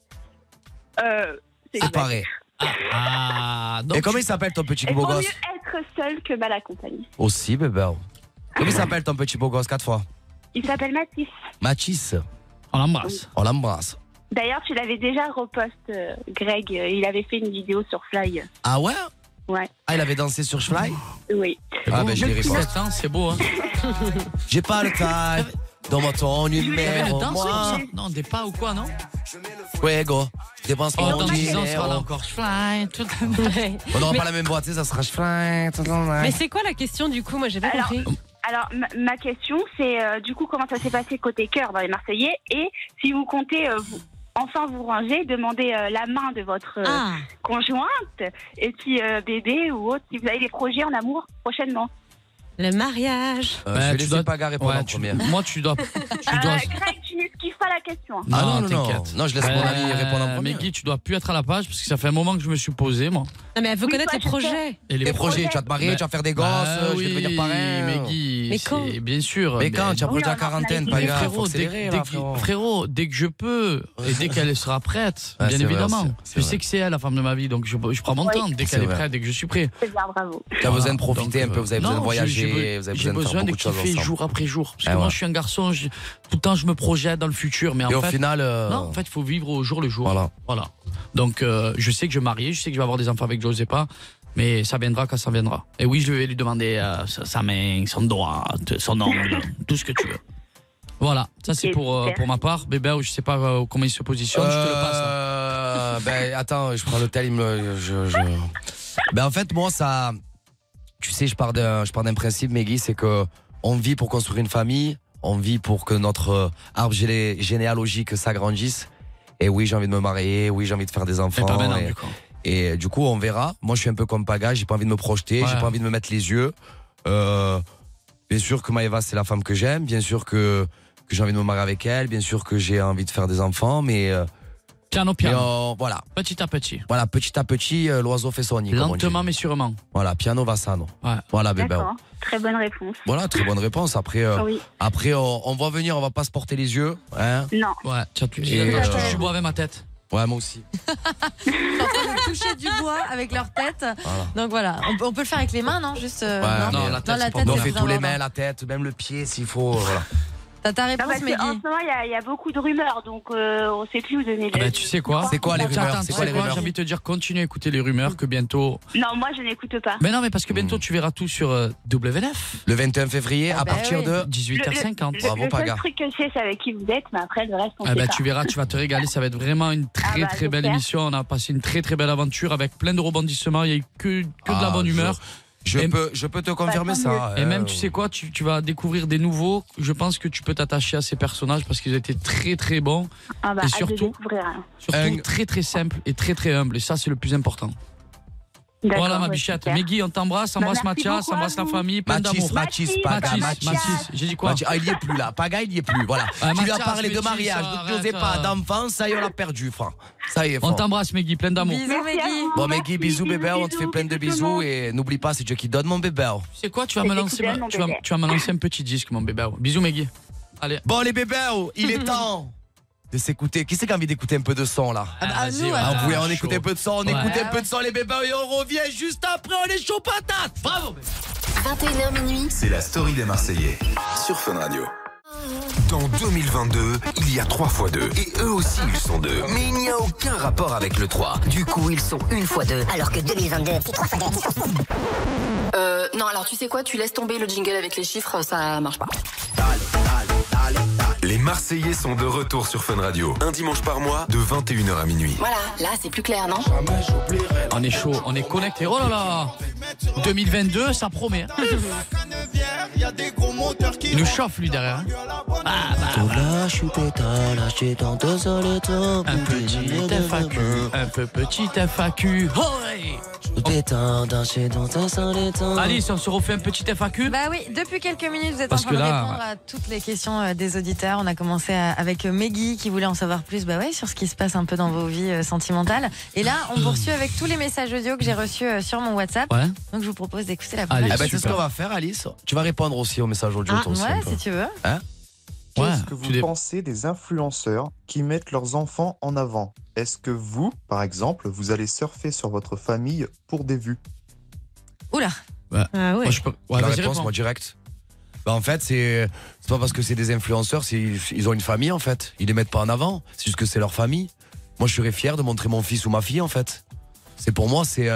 C'est pareil. Donc et comment il s'appelle ton petit beau gosse? gosse? Il vaut mieux être seul que mal accompagné. Aussi, bébé. Comment il s'appelle ton petit beau gosse, 4 fois? Il s'appelle Mathis. Mathis. On l'embrasse. On l'embrasse. D'ailleurs, tu l'avais déjà repost, Greg. Il avait fait une vidéo sur Fly. Ah ouais? Ouais. Ah, il avait dansé sur Fly? Oui. Ah, ben je l'ai repost. C'est beau, hein. J'ai pas le time. Dans ton numéro, moi. Non, des pas ou quoi, non? Ouais, go. Dépense mon dans 10 ans, numéro. on sera là encore Fly. On n'aura pas la même voix, tu sais, ça sera Fly. Mais c'est quoi la question, du coup? Moi, j'ai pas compris. Alors, ma question, c'est du coup, comment ça s'est passé côté cœur dans les Marseillais? Et si vous comptez enfin vous ranger, demander la main de votre conjointe, et puis bébé ou autre, si vous avez des projets en amour prochainement. Le mariage. Je vais laisser Paga répondre en premier. Moi, tu dois. Greg, tu n'esquives pas la question. Non, t'inquiète. Non, je laisse mon ami répondre en premier. Meggy, tu dois plus être à la page parce que ça fait un moment que je me suis posé, moi. Non, mais elle veut connaître les projets. Et les projets, tu vas te marier, tu vas faire des gosses, je vais devenir parrain. Meggy, mais quand? Bien sûr. Mais quand? Tu approches de la quarantaine, Paga. Frérot, dès que je peux et dès qu'elle sera prête, bien évidemment. Je sais que c'est elle, la femme de ma vie, donc je prends mon temps. Dès qu'elle est prête, dès que je suis prêt. C'est bien, bravo. Tu as besoin de profiter un peu, vous avez besoin de voyager, vous avez besoin de faire beaucoup de choses ensemble. Jour après jour. Parce que moi, je suis un garçon, tout le temps, je me projette dans le futur. Mais au final. Non, en fait, il faut vivre au jour le jour. Voilà. Donc, je sais que je vais marier, je sais que je vais avoir des enfants avec Josépa, mais ça viendra quand ça viendra. Et oui, je vais lui demander sa main, son doigt, son ongle, tout ce que tu veux. Voilà, ça c'est pour ma part. Bébé, je sais pas comment il se positionne, je te le passe. Ben, attends, je prends l'hôtel, Ben, en fait, moi, ça. Tu sais, je pars d'un principe, Meggy, c'est que on vit pour construire une famille, on vit pour que notre arbre généalogique s'agrandisse. Et oui, j'ai envie de me marier, oui, j'ai envie de faire des enfants. Et pas maintenant, du coup. Et du coup, on verra. Moi, je suis un peu comme Paga, j'ai pas envie de me projeter, j'ai pas envie de me mettre les yeux. Bien sûr que Maëva, c'est la femme que j'aime. Bien sûr que j'ai envie de me marier avec elle. Bien sûr que j'ai envie de faire des enfants. Mais piano. Voilà. Petit à petit. Voilà, petit à petit, l'oiseau fait son nid. Lentement mais sûrement. Voilà, piano va sano. Ouais. Voilà, bébé. D'accord. Très bonne réponse. Voilà, très bonne réponse. Après, Oui. après on va venir, on va pas se porter les yeux. Hein. Non. Ouais, tu as tout dit. Et, Je touche du bois avec ma tête. Ouais, moi aussi. Ils sont en train de toucher du bois avec leur tête. Voilà. Donc voilà, on peut le faire avec les mains, non? Juste. non, la tête, c'est pas On c'est fait plus tous les important. mains, la tête, même le pied s'il faut. Voilà. T'as ta Non, réponse, parce Meggy? qu'en ce moment, il y a beaucoup de rumeurs, donc on ne sait plus où donner Ah ben, tu sais quoi? C'est quoi les rumeurs? Attends, C'est tu quoi sais les quoi? rumeurs? J'ai envie de te dire, continue à écouter les rumeurs que bientôt. Non, moi, je n'écoute pas. Mais non, mais parce que bientôt tu verras tout sur W9. Le 21 février, à partir de 18h50. Bravo, Le Paga. seul truc que je sais, c'est avec qui vous êtes, mais après, le reste, on Ah sait bah, pas. tu verras, tu vas te régaler, ça va être vraiment une très bah, très belle j'espère. émission. On a passé une très très belle aventure avec plein de rebondissements, il y a eu que de la bonne humeur. Je peux te confirmer ça. Et même, tu sais quoi, tu vas découvrir des nouveaux. Je pense que tu peux t'attacher à ces personnages parce qu'ils ont été très très bons. Ah bah, et hâte de surtout, découvrir, hein. très très simples et très très humbles. Et ça, c'est le plus important. D'accord, Voilà, ma ouais, bichette. super. Meggy, on t'embrasse, embrasse Bah, merci Mathias, beaucoup à embrasse la vous. famille, plein d'amour. Mathis, Paga, Mathis. J'ai dit quoi? Ah, il y est plus là. Paga, il y est plus. Voilà. Ah, Tu lui as Mathias, parlé de Métis, mariage, arrête, de n'osais pas, d'enfant, ça y est, on l'a perdu, frère. Ça y est, On frère. t'embrasse, Meggy, plein d'amour. Bisous, Merci à Meggy. vous. Bon, Meggy, bisous, bébé, on te fait bisous, plein de bisous, tout le bisous monde. et n'oublie pas, c'est Dieu qui donne mon bébé. Tu sais quoi, tu vas C'est me des lancer, coups de mon tu vas bébé. me lancer un petit disque, mon bébé. Bisous, Meggy. Allez. Bon, les bébés, il est temps de s'écouter. Qui c'est qui a envie d'écouter un peu de son, là? Vas-y, nous, ouais. Ah, vous voulez, on Chaud. écoute un peu de son, on Ouais. écoute un peu de son, les bébés, et on revient juste après, on est chaud patate. Bravo, bébé. 21h minuit. C'est la story des Marseillais sur Fun Radio. Dans 2022, il y a 3 x 2. Et eux aussi, ils sont 2. Mais il n'y a aucun rapport avec le 3. Du coup, ils sont 1 x 2. Alors que 2022, c'est 3 fois 2. Non, alors tu sais quoi, tu laisses tomber le jingle avec les chiffres, ça marche pas. Les Marseillais sont de retour sur Fun Radio. Un dimanche par mois, de 21h à minuit. Voilà, là c'est plus clair, non? On est chaud, on est connecté. Oh là là 2022, ça promet. Hein. Il nous chauffe, lui, derrière. Hein. Ah, bah, Là, je suis pétard, là, j'ai dans 2 heures le temps. un petit FAQ, un peu petit FAQ. Oh, ouais. Pétard, j'ai dans 2 heures le temps. Alice, on se refait un petit FAQ. Bah oui, depuis quelques minutes, vous êtes Parce en train que de là, répondre à toutes les questions des auditeurs. On a commencé avec Meggy qui voulait en savoir plus sur ce qui se passe un peu dans vos vies sentimentales. Et là, on poursuit avec tous les messages audio que j'ai reçus sur mon WhatsApp. Ouais. Donc je vous propose d'écouter la Ah première. bah, c'est ce qu'on va faire, Alice. Tu vas répondre aussi aux messages audio, toi aussi. un Ouais, peu. si tu veux. Hein? Qu'est-ce que vous pensez des influenceurs qui mettent leurs enfants en avant? Est-ce que vous, par exemple, vous allez surfer sur votre famille pour des vues? Oula. Ouais. Ah ouais. Moi, je peux... ouais, La vas-y, réponse, réponds. moi, direct. Bah, en fait, c'est pas parce que c'est des influenceurs, ils ont une famille, en fait. Ils les mettent pas en avant. C'est juste que c'est leur famille. Moi, je serais fier de montrer mon fils ou ma fille, en fait. C'est pour moi, c'est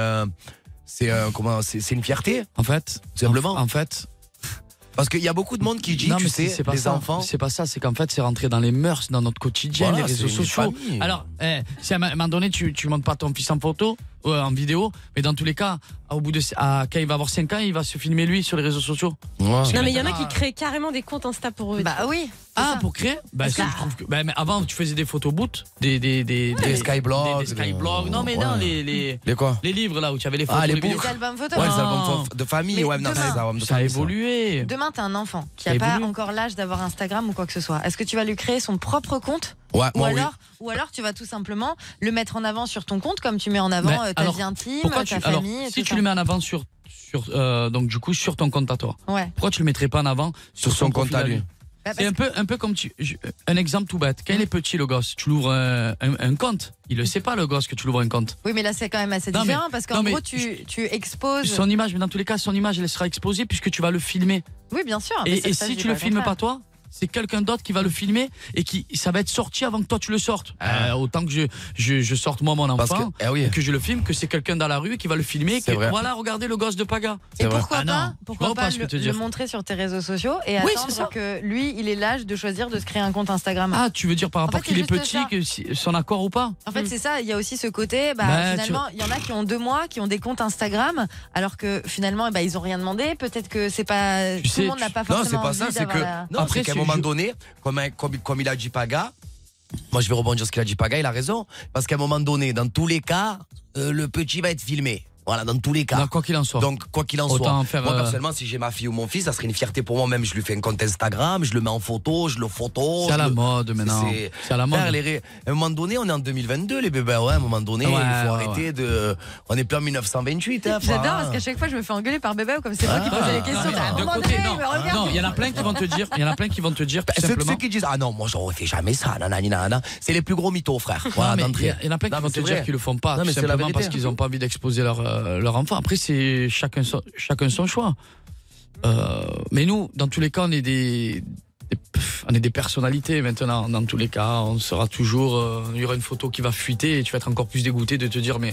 une fierté. En fait, tout simplement. En fait. Parce qu'il y a beaucoup de monde qui dit, Non, tu mais sais, c'est pas les ça. enfants. C'est pas ça, c'est qu'en fait, c'est rentré dans les mœurs, dans notre quotidien, Voilà, les réseaux c'est une sociaux. famille. Alors, si à un moment donné, tu montes pas ton fils en photo, en vidéo, mais dans tous les cas, quand il va avoir 5 ans, il va se filmer lui sur les réseaux sociaux. Non, mais il y en a qui créent carrément des comptes Insta pour eux. Bah oui. Ah, pour créer bah, Parce je que- trouve que, bah, mais avant, tu faisais des photoboots, des skyblogs. Des skyblogs. Non, mais non, les quoi les livres là où tu avais les photos. Ah, les vidéos. books. Les albums photos. Ouais, les Non. albums de famille. Mais Ouais, non, demain- c'est des albums de Ça a famille, ça. évolué. Demain, t'as un enfant qui Ça n'a pas évolue. encore l'âge d'avoir Instagram ou quoi que ce soit. Est-ce que tu vas lui créer son propre compte Ouais, ou, moi, ou alors tu vas tout simplement le mettre en avant sur ton compte comme tu mets en avant Mais ta alors, vie intime, pourquoi ta alors, famille. si tout tu ça. le mets en avant sur donc du coup sur ton compte à toi, Ouais. pourquoi tu le mettrais pas en avant Sur son profil compte à lui. Bah, C'est un peu comme un exemple tout bête. Quand il est petit le gosse, tu l'ouvres un compte. Il le sait pas le gosse que tu l'ouvres un compte. Oui, mais là c'est quand même assez Non, mais- différent parce qu'en non, mais gros tu exposes. Son image, mais dans tous les cas, son image elle sera exposée puisque tu vas le filmer. Oui, bien sûr. mais Et ça, si je dis tu le le filmes contraire. pas toi, c'est quelqu'un d'autre qui va le filmer et ça va être sorti avant que toi tu le sortes. Autant que je sorte moi mon Parce enfant que- eh oui. et que je le filme, que c'est quelqu'un dans la rue qui va le filmer. C'est Que, vrai. voilà, regardez le gosse de Paga. Et pourquoi Ah non, pas, je pourquoi vois pas ce que tu veux le dire. montrer sur tes réseaux sociaux et Oui, c'est ça. attendre que lui, il ait l'âge de choisir de se créer un compte Instagram. Ah, tu veux dire par En rapport fait, qu'il c'est est juste petit, ça. que son accord ou pas En fait, c'est ça. Il y a aussi ce côté. Bah, Finalement, il y en a qui ont 2 mois, qui ont des comptes Instagram, alors que finalement, ils ont rien demandé. Peut-être que c'est pas. Tout sais, le monde n'a pas non, forcément c'est pas ça, envie c'est d'avoir que. la- Non, c'est qu'à un moment donné, comme il a dit Paga, moi je vais rebondir sur ce qu'il a dit Paga, il a raison. Parce qu'à un moment donné, dans tous les cas, le petit va être filmé. Voilà, dans tous les cas. Non, quoi qu'il en soit. Donc, quoi qu'il en soit. Autant faire, moi, personnellement, si j'ai ma fille ou mon fils, ça serait une fierté pour moi. Même, je lui fais un compte Instagram, je le mets en photo, je le photo. C'est à la mode maintenant. C'est à la mode. À un moment donné, on est en 2022, les bébés. Ouais, à un moment donné, il faut arrêter de. On est plus en 1928. Hein, j'adore parce qu'à chaque fois, je me fais engueuler par bébé comme c'est moi qui posais les questions. Non, il y en a plein qui vont te dire. Tout simplement. Ceux qui disent, ah non, moi, j'aurais fait jamais ça, nanana. C'est les plus gros mythos, frère. Voilà, il y en a plein qui vont te dire qu'ils le font pas. Tout simplement parce qu'ils n'ont pas envie d'exposer leur enfant. Après, c'est chacun son choix. Mais nous, dans tous les cas, on est des personnalités maintenant. Dans tous les cas, on sera toujours. Il y aura une photo qui va fuiter et tu vas être encore plus dégoûté de te dire mais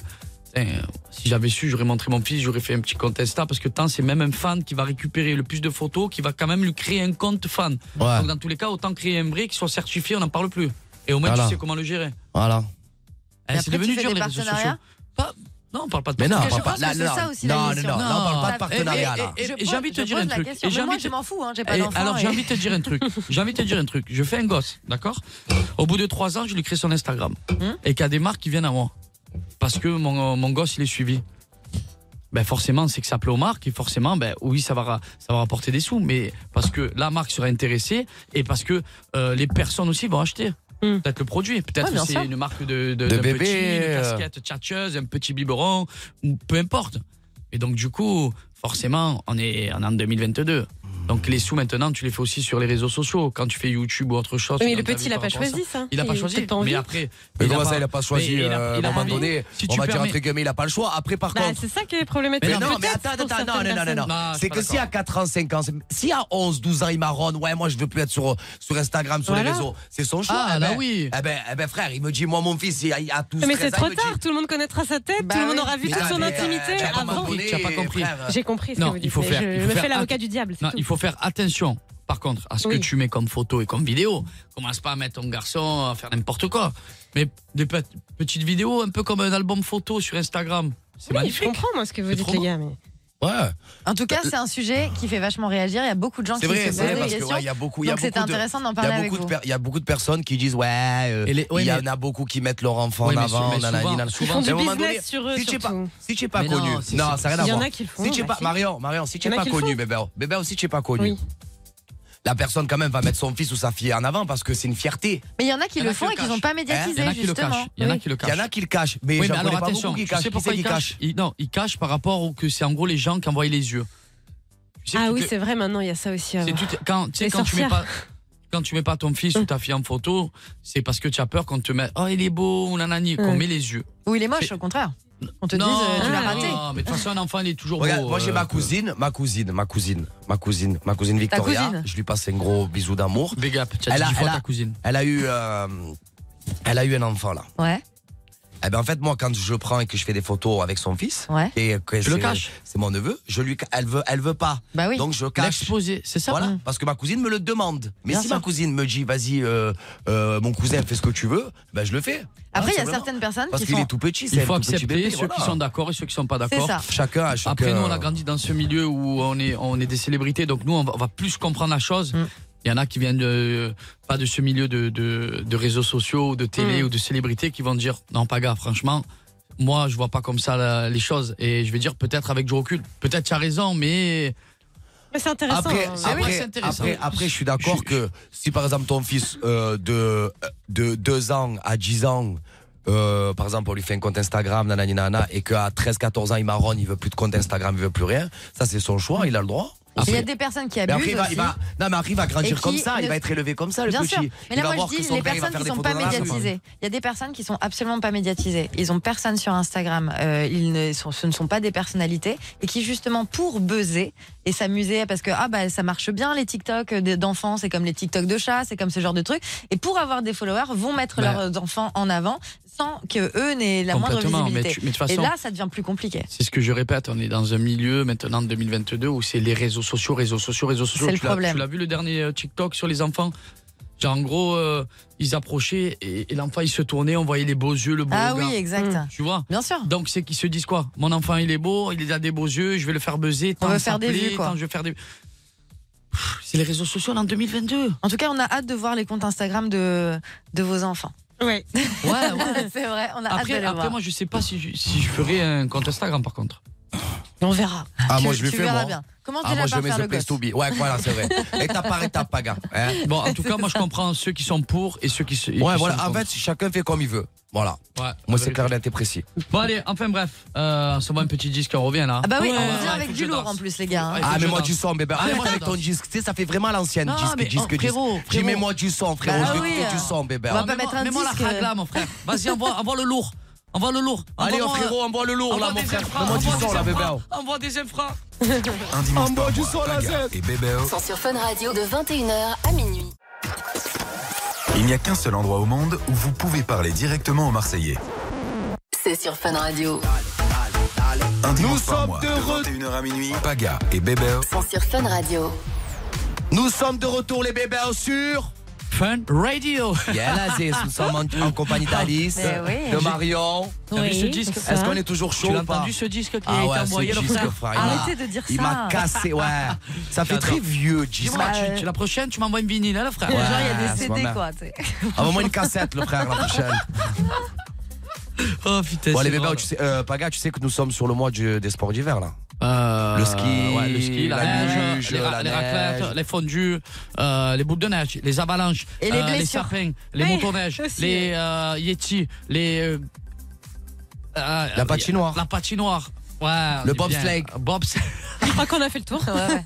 si j'avais su, j'aurais montré mon fils, j'aurais fait un petit compte Insta parce que c'est même un fan qui va récupérer le plus de photos, qui va quand même lui créer un compte fan. Ouais. Donc dans tous les cas, autant créer un vrai qui soit certifié, on n'en parle plus. Et au moins tu sais comment le gérer. Voilà. C'est devenu dur les réseaux sociaux. Non, on parle pas de partenariat. Mais non, je pense que c'est ça aussi la question. Non, on parle pas de partenariat là. J'ai envie de te dire un truc. Moi, je m'en fous, j'ai pas d'enfant. Alors, j'ai envie de te dire un truc. Je fais un gosse, d'accord ? Au bout de 3 ans, je lui crée son Instagram. Et qu'il y a des marques qui viennent à moi. Parce que mon gosse, il est suivi. Ben forcément, c'est que ça plaît aux marques. Et forcément, oui, ça va rapporter des sous. Mais parce que la marque sera intéressée et parce que les personnes aussi vont acheter. Peut-être le produit, peut-être que c'est une marque de bébé, une casquette tchatcheuse, un petit biberon, ou peu importe. Et donc du coup, forcément, on est en 2022. Donc les sous maintenant, tu les fais aussi sur les réseaux sociaux. Quand tu fais YouTube ou autre chose. Mais le petit, il n'a pas choisi ça. Il n'a pas choisi. Mais après, mais comment ça, il n'a pas choisi à un moment donné. On va dire entre guillemets, il n'a pas le choix. Après, par contre. C'est ça qui est problématique. Mais non, mais attends, non. C'est que si à 4 ans, 5 ans, si à 11, 12 ans, il marronne, ouais, moi je veux plus être sur Instagram, sur les réseaux. C'est son choix. Ah, là oui. Eh ben, frère, il me dit, moi, mon fils, il a tous. Mais c'est trop tard. Tout le monde connaîtra sa tête. Tout le monde aura vu toute son intimité avant. Tu n'as pas compris. J'ai compris ce que vous dites. Je me fais l'avocat du diable. Il faut faire attention. Par contre, à ce que tu mets comme photo et comme vidéo, commence pas à mettre ton garçon à faire n'importe quoi. Mais des petites vidéos, un peu comme un album photo sur Instagram. C'est magnifique. Je comprends, moi, ce que vous dites, les gars. Mais... Ouais. En tout cas, c'est un sujet qui fait vachement réagir. Il y a beaucoup de gens qui se posent des questions. Donc c'est intéressant d'en parler avec vous. Il y a beaucoup de personnes qui disent il y en a beaucoup qui mettent leur enfant en avant. Ils font du business sur eux. Si tu n'es pas connu, non, ça n'a rien à voir. Il y en a qui le font. Marion, si tu n'es pas connu, bébé aussi tu n'es pas connu. La personne quand même va mettre son fils ou sa fille en avant parce que c'est une fierté. Mais il y en a qui le font et qui n'ont pas médiatisé, justement. Il y en a qui le cachent. Il y en a qui le cachent. Mais oui, alors attention, tu sais pourquoi ils cachent ? Non, ils cachent par rapport au que c'est en gros les gens qui envoient les yeux. Ah oui, c'est vrai, maintenant il y a ça aussi. Quand tu mets pas ton fils ou ta fille en photo, c'est parce que tu as peur qu'on te mette il est beau ou nanani, qu'on met les yeux. Ou il est moche, au contraire. On te dit tu l'as raté. Non, mais de toute façon un enfant il est toujours beau. Moi j'ai ma cousine Victoria. Je lui passe un gros bisou d'amour. Big up, tu as 10 fois ta cousine. Elle a eu un enfant là. Ouais. Eh ben en fait moi quand je prends et que je fais des photos avec son fils et que je le cache. C'est mon neveu, elle veut pas. Bah oui. Donc je cache. L'exposer, c'est ça. Voilà, parce que ma cousine me le demande. Mais si ma cousine me dit vas-y mon cousin fais ce que tu veux, ben je le fais. Après il y a certaines personnes parce qu'il est tout petit, il faut accepter ceux qui sont d'accord et ceux qui sont pas d'accord. Chacun. Après nous on a grandi dans ce milieu où on est des célébrités, donc nous on va plus comprendre la chose. Il y en a qui viennent pas de ce milieu de réseaux sociaux, de télé ou de célébrités qui vont dire non pas gars, franchement moi je vois pas comme ça les choses, et je vais dire peut-être avec du recul, peut-être tu as raison mais c'est intéressant. Après je suis d'accord que si par exemple ton fils de 2 ans à 10 ans par exemple on lui fait un compte Instagram nanana, et qu'à 13-14 ans il marronne, il veut plus de compte Instagram, il veut plus rien, ça c'est son choix, il a le droit. Il y a des personnes qui abusent. Mais après, il va grandir comme ça, il va être élevé comme ça, le bien petit. Sûr. Mais là, moi, je dis les personnes qui ne sont pas médiatisées. Il y a des personnes qui sont absolument pas médiatisées. Ils ont personne sur Instagram. Ce ne sont pas des personnalités et qui, justement, pour buzzer et s'amuser, parce que ça marche bien, les TikTok d'enfants, c'est comme les TikTok de chats, c'est comme ce genre de trucs. Et pour avoir des followers, vont mettre leurs enfants en avant sans qu'eux n'aient la moindre visibilité. Et là, ça devient plus compliqué. C'est ce que je répète, on est dans un milieu maintenant de 2022 où c'est les réseaux sociaux. C'est le problème. Tu l'as vu le dernier TikTok sur les enfants ? Genre en gros, ils approchaient et l'enfant il se tournait, on voyait les beaux yeux, le beau regard. Ah oui, exact. Tu vois ? Bien sûr. Donc c'est qu'ils se disent quoi ? Mon enfant il est beau, il a des beaux yeux, je vais le faire buzzer. On veut faire des vues, quoi. Je vais faire des... C'est les réseaux sociaux en 2022. En tout cas, on a hâte de voir les comptes Instagram de vos enfants. Ouais. Ouais. C'est vrai, on a hâte de le Après, voir. moi, je sais pas si je ferais un compte Instagram, par contre. On verra. Ah, Tu- moi, je le tu fais, verras moi. bien. Commence Ah, déjà moi, je par mets faire The le Place gosse. to Be. Ouais, voilà, c'est vrai. Étape par étape, Paga. Hein. Bon, en tout cas, moi, je comprends ceux qui sont pour et ceux qui se. Ouais, voilà. En fait, chacun fait comme il veut. Voilà. Ouais, Moi, c'est clair, net et précis. Bon, allez, enfin, bref. On se voit un petit disque, on revient là. Ah bah oui, Ouais, on ouais, revient faut avec que du je lourd danse. en plus, les gars. hein. Ouais, faut Ah, que mais je moi danse. du son, bébé. Allez, Arrête moi, avec je ton danse. disque. Tu sais, ça fait vraiment l'ancienne. Non, mais Disque. frérot, Dis, mets-moi du son, frérot. Bah Je veux oui. écouter du son, bébé. On va pas mettre un Mets-moi disque. la ragla, mon frère. Vas-y, envoie le lourd. Envoie le lourd. Allez, Envoie-moi, frérot, envoie le lourd, là, envoie mon des frère. infras, Mets-moi du envoie son, des là, bébé. infras. Envoie des infras. Un dimanche Envoie par du mois, son, la Paga Z. et Bébéo Sont sur Fun Radio de 21h à minuit. Il n'y a qu'un seul endroit au monde où vous pouvez parler directement aux Marseillais. C'est sur Fun Radio. Un dimanche Nous par sommes mois, de de 21h à minuit, Paga et Bébéo Sont sur Fun Radio. Nous sommes de retour, les bébés, sur Fun Radio. Yeah, la Zé, nous sommes en compagnie d'Alice, Mais oui. de Marion. T'as vu ce Oui, disque c'est ça. Est-ce qu'on est toujours chaud Tu l'as ou pas? entendu ce disque qui Ah a été ouais, envoyé ce le disque, frère frère, il m'a- Arrêtez de dire Il ça. m'a cassé, ouais. Ça fait J'adore. très vieux, disque. Dis-moi, la prochaine, tu m'envoies une vinyle, hein, le frère. Ouais. Genre, il y a des c'est CD, ma quoi. tu sais. Envoie-moi une cassette, le frère, la prochaine. Oh putain, Bon, c'est les bébés, drôle. tu sais, Paga, tu sais que nous sommes sur le mois des sports d'hiver, là. Le ski, ouais, le ski, la neige, luge, la les neige. raclettes, les fondus, les boules de neige, les avalanches, Et les blessures. sapins, les Oui, motoneiges, aussi. les Yeti, les La patinoire. La patinoire. Ouais, Le on est bobsleigh. bien. Bobsleigh. Je crois qu'on a fait le tour. Ouais, ouais.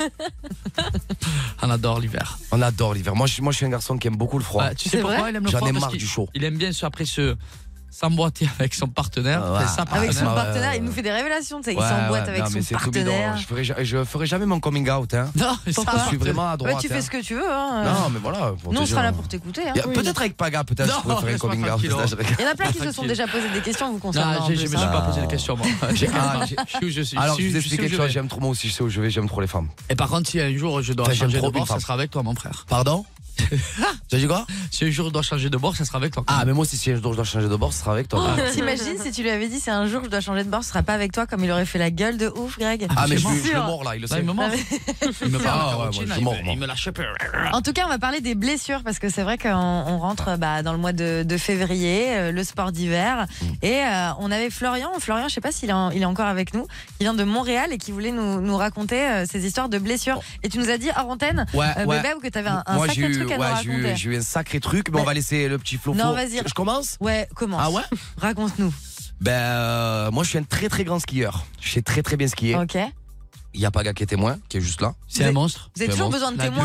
On adore l'hiver. On adore l'hiver. Moi, je suis un garçon qui aime beaucoup le froid. Ouais, tu sais C'est pourquoi vrai il aime le J'en froid? ai Parce marre qu'il- du chaud. Il aime bien s'emboîter avec son partenaire. Ouais. Enfin, sa Avec son partenaire. partenaire, il nous fait des révélations. Tu sais, il s'emboîte avec non, mais son c'est trop bidon. partenaire. Je ferai jamais mon coming out. Hein. Non, mais Pourquoi ça, Je suis vraiment à droite. Ouais, tu fais hein. ce que tu veux. Hein. Non, mais voilà. pour Nous, te on sera dire, là pour t'écouter. hein. Peut-être avec Paga, peut-être Non, je pourrais faire un laisse-moi coming out. tranquille, Ça, je rigole. Il y en a plein qui se sont Tranquille. déjà posé des questions vous Non, concernant. en je plus, me suis hein. pas posé de questions, moi. Ah, j'ai- Je sais où je suis. Alors, je sais vous où explique je quelque vais. chose. J'aime trop, moi aussi, je sais où je vais, j'aime trop les femmes. Et par contre, si un jour je dois Enfin, j'aime changer de trop une bord, ça femme. sera avec toi, mon frère. Pardon? Tu as dit quoi? Si un jour je dois changer de bord, ça sera avec toi. Ah, mais moi aussi, si un jour je dois changer de bord, ce sera avec toi. T'imagines si tu lui avais dit c'est un jour que je dois changer de bord, ce sera pas avec toi comme il aurait fait la gueule de ouf, Greg. Ah, mais je suis le sûre. mords là, il le Là, sait. il me mord. Il me Ah, parle de ouais, carotine, moi, là, je il mords, me- moi. il me lâche un peu. En tout cas, on va parler des blessures parce que c'est vrai qu'on rentre dans le mois de février, le sport d'hiver. Et on avait Florian, je sais pas s'il est encore avec nous, qui vient de Montréal et qui voulait nous raconter ses histoires de blessures. Et tu nous as dit hors antenne, Ouais, ouais. bébé, que t'avais un Moi, sacré truc à nous raconter. j'ai eu un sacré truc, mais Ouais. on va laisser le petit flofo. Non, vas-y. Je commence? Ouais, commence. Ah ouais? Raconte-nous. Moi, je suis un très très grand skieur. Je sais très très bien skier. Ok. Il y a Paga qui est témoin, qui est juste là. C'est un monstre. Vous avez toujours besoin de témoins.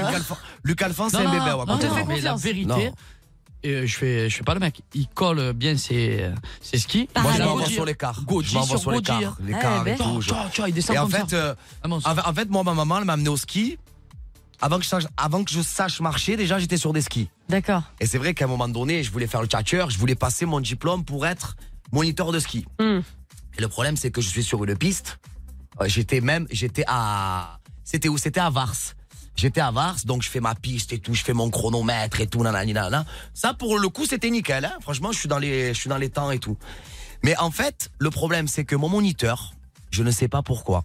Luc Alphonse, c'est Non, un non, bébé. non, ouais, on te non, fait mais la confiance. vérité, Non. je fais pas le mec. Il colle bien ses skis. Moi, je Il a m'envoie Gaudi, sur l'écart. Gaudi Je m'envoie sur sur Gaudi, l'écart. hein. L'écart et tout. Il descend Et en comme fait, ça. Un monstre. en fait, moi, ma maman, elle m'a amené au ski. Avant que je sache marcher, déjà, j'étais sur des skis. D'accord. Et c'est vrai qu'à un moment donné, je voulais faire le tchatcheur, je voulais passer mon diplôme pour être moniteur de ski. Et le problème, c'est que je suis sur une piste. J'étais à... C'était où? C'était à Vars. J'étais à Vars, donc je fais ma piste et tout, je fais mon chronomètre et tout, nanana. Ça, pour le coup, c'était nickel, hein. Franchement, je suis dans les temps et tout. Mais en fait, le problème, c'est que mon moniteur, je ne sais pas pourquoi,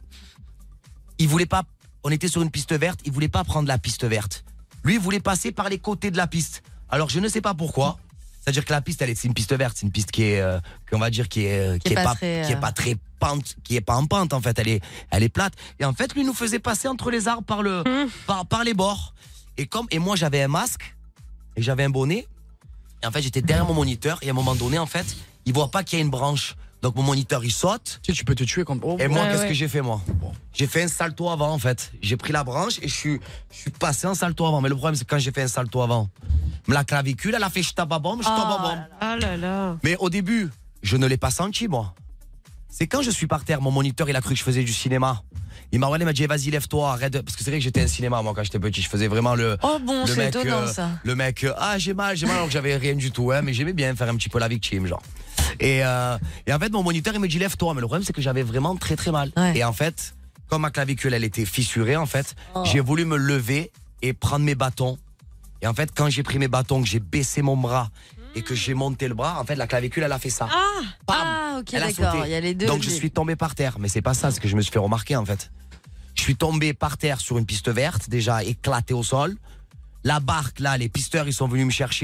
il voulait pas... On était sur une piste verte, il voulait pas prendre la piste verte. Lui, il voulait passer par les côtés de la piste. Alors, je ne sais pas pourquoi. C'est-à-dire que la piste, c'est une piste verte, c'est une piste qui est, qu'on va dire, qui est pas très pente, qui est pas en pente en fait. Elle est plate. Et en fait, lui nous faisait passer entre les arbres par les bords. Et moi, j'avais un masque et j'avais un bonnet. Et en fait, j'étais derrière mon moniteur. Et à un moment donné, en fait, il voit pas qu'il y a une branche. Donc mon moniteur il saute. Tu peux te tuer comme. Et moi, qu'est-ce que j'ai fait moi? J'ai fait un salto avant en fait. J'ai pris la branche et je suis passé en salto avant. Mais le problème c'est que quand j'ai fait un salto avant, la clavicule elle a fait ch'tababom. Ah là là. Mais au début, je ne l'ai pas senti moi. C'est quand je suis par terre, mon moniteur il a cru que je faisais du cinéma. Il m'a regardé, il m'a dit vas-y lève-toi, arrête. Parce que c'est vrai que j'étais un cinéma moi quand j'étais petit. Je faisais vraiment le. Oh bon, c'est étonnant ça. Le mec, j'ai mal alors que j'avais rien du tout, hein, mais j'aimais bien faire un petit peu la victime genre. Et en fait mon moniteur il me dit lève-toi, mais le problème c'est que j'avais vraiment très très mal. Ouais. Et en fait, comme ma clavicule elle était fissurée en fait, j'ai voulu me lever et prendre mes bâtons. Et en fait quand j'ai pris mes bâtons, que j'ai baissé mon bras et que j'ai monté le bras, en fait la clavicule elle a fait ça. Ah, ok, Elle a d'accord. sauté. Il y a les deux. Donc je suis tombé par terre, mais c'est pas ça ce que je me suis fait remarquer en fait. Je suis tombé par terre sur une piste verte, déjà éclaté au sol. La barque là, les pisteurs ils sont venus me chercher.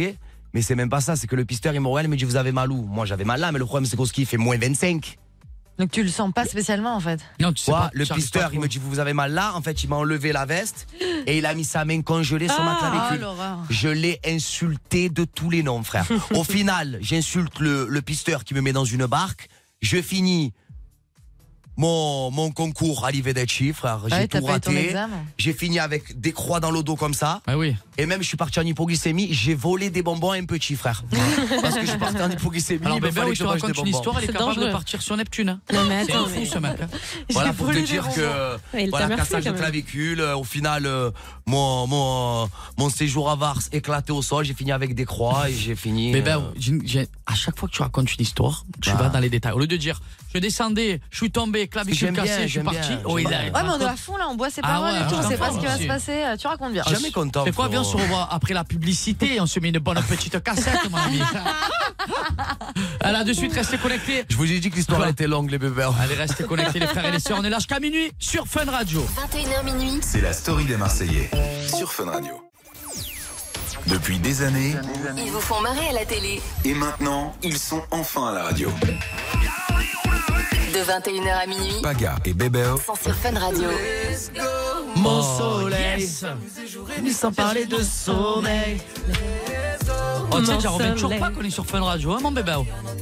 Mais c'est même pas ça, c'est que le pisteur, il me regarde, il me dit, vous avez mal où? Moi, j'avais mal là, mais le problème, c'est qu'au ski, il fait moins 25. Donc tu le sens pas spécialement en fait. Non, tu sais Quoi, pas. le pisteur, il me dit, vous avez mal là. En fait, il m'a enlevé la veste et il a mis sa main congelée sur ma clavicule. l'horreur. Je l'ai insulté de tous les noms, frère. Au final, j'insulte le pisteur qui me met dans une barque. Je finis mon concours à l'IVEDECHI, frère. J'ai tout raté. J'ai fini avec des croix dans le dos comme ça. Ah oui. Et même, je suis parti en hypoglycémie. J'ai volé des bonbons à un petit, frère. Parce que je suis parti en hypoglycémie. Alors, il me bébé, fallait oui, que je te je mange raconte des une bonbons. histoire, elle est capable dangereux. de partir sur Neptune. Hein. Non, mais C'est attends. un fou, ce mec. Hein. Voilà, pour te volé dire des que Ouais, il voilà, t'a merci, cassage de quand même. clavicule. Au final, mon séjour à Vars éclaté au sol. J'ai fini avec des croix et j'ai fini. Mais ben, à chaque fois que tu racontes une histoire, tu vas dans les détails. Au lieu de dire, je descendais, je suis tombé, clavicule J'aime bien, cassée, je suis j'aime parti. bien, Oh, il j'aime a- bien. Ouais, mais on est à fond là, on boit ses Ah paroles ouais, et tout, on je sait pas ce qui va comprends se passer. Tu racontes bien. Jamais content. C'est quoi, bien, on se revoit après la publicité, on se met une bonne petite cassette, mon ami. Alors, de suite, restez connectés. Je vous ai dit que l'histoire était longue, les bébés. Allez, restez connectés, les frères et les sœurs. On est là jusqu'à minuit sur Fun Radio. 21h minuit. C'est la story des Marseillais sur Fun Radio. Depuis des années, Ils vous font marrer à la télé. et maintenant, ils sont enfin à la radio. De 21h à minuit. Paga et Bébéo Sont sur Fun Radio. Mon Oh, soleil. yes. Sans parler de sommeil. Oh, tu sais, Mon j'en reviens toujours soleil. pas qu'on est sur Fun Radio, hein, mon bébé.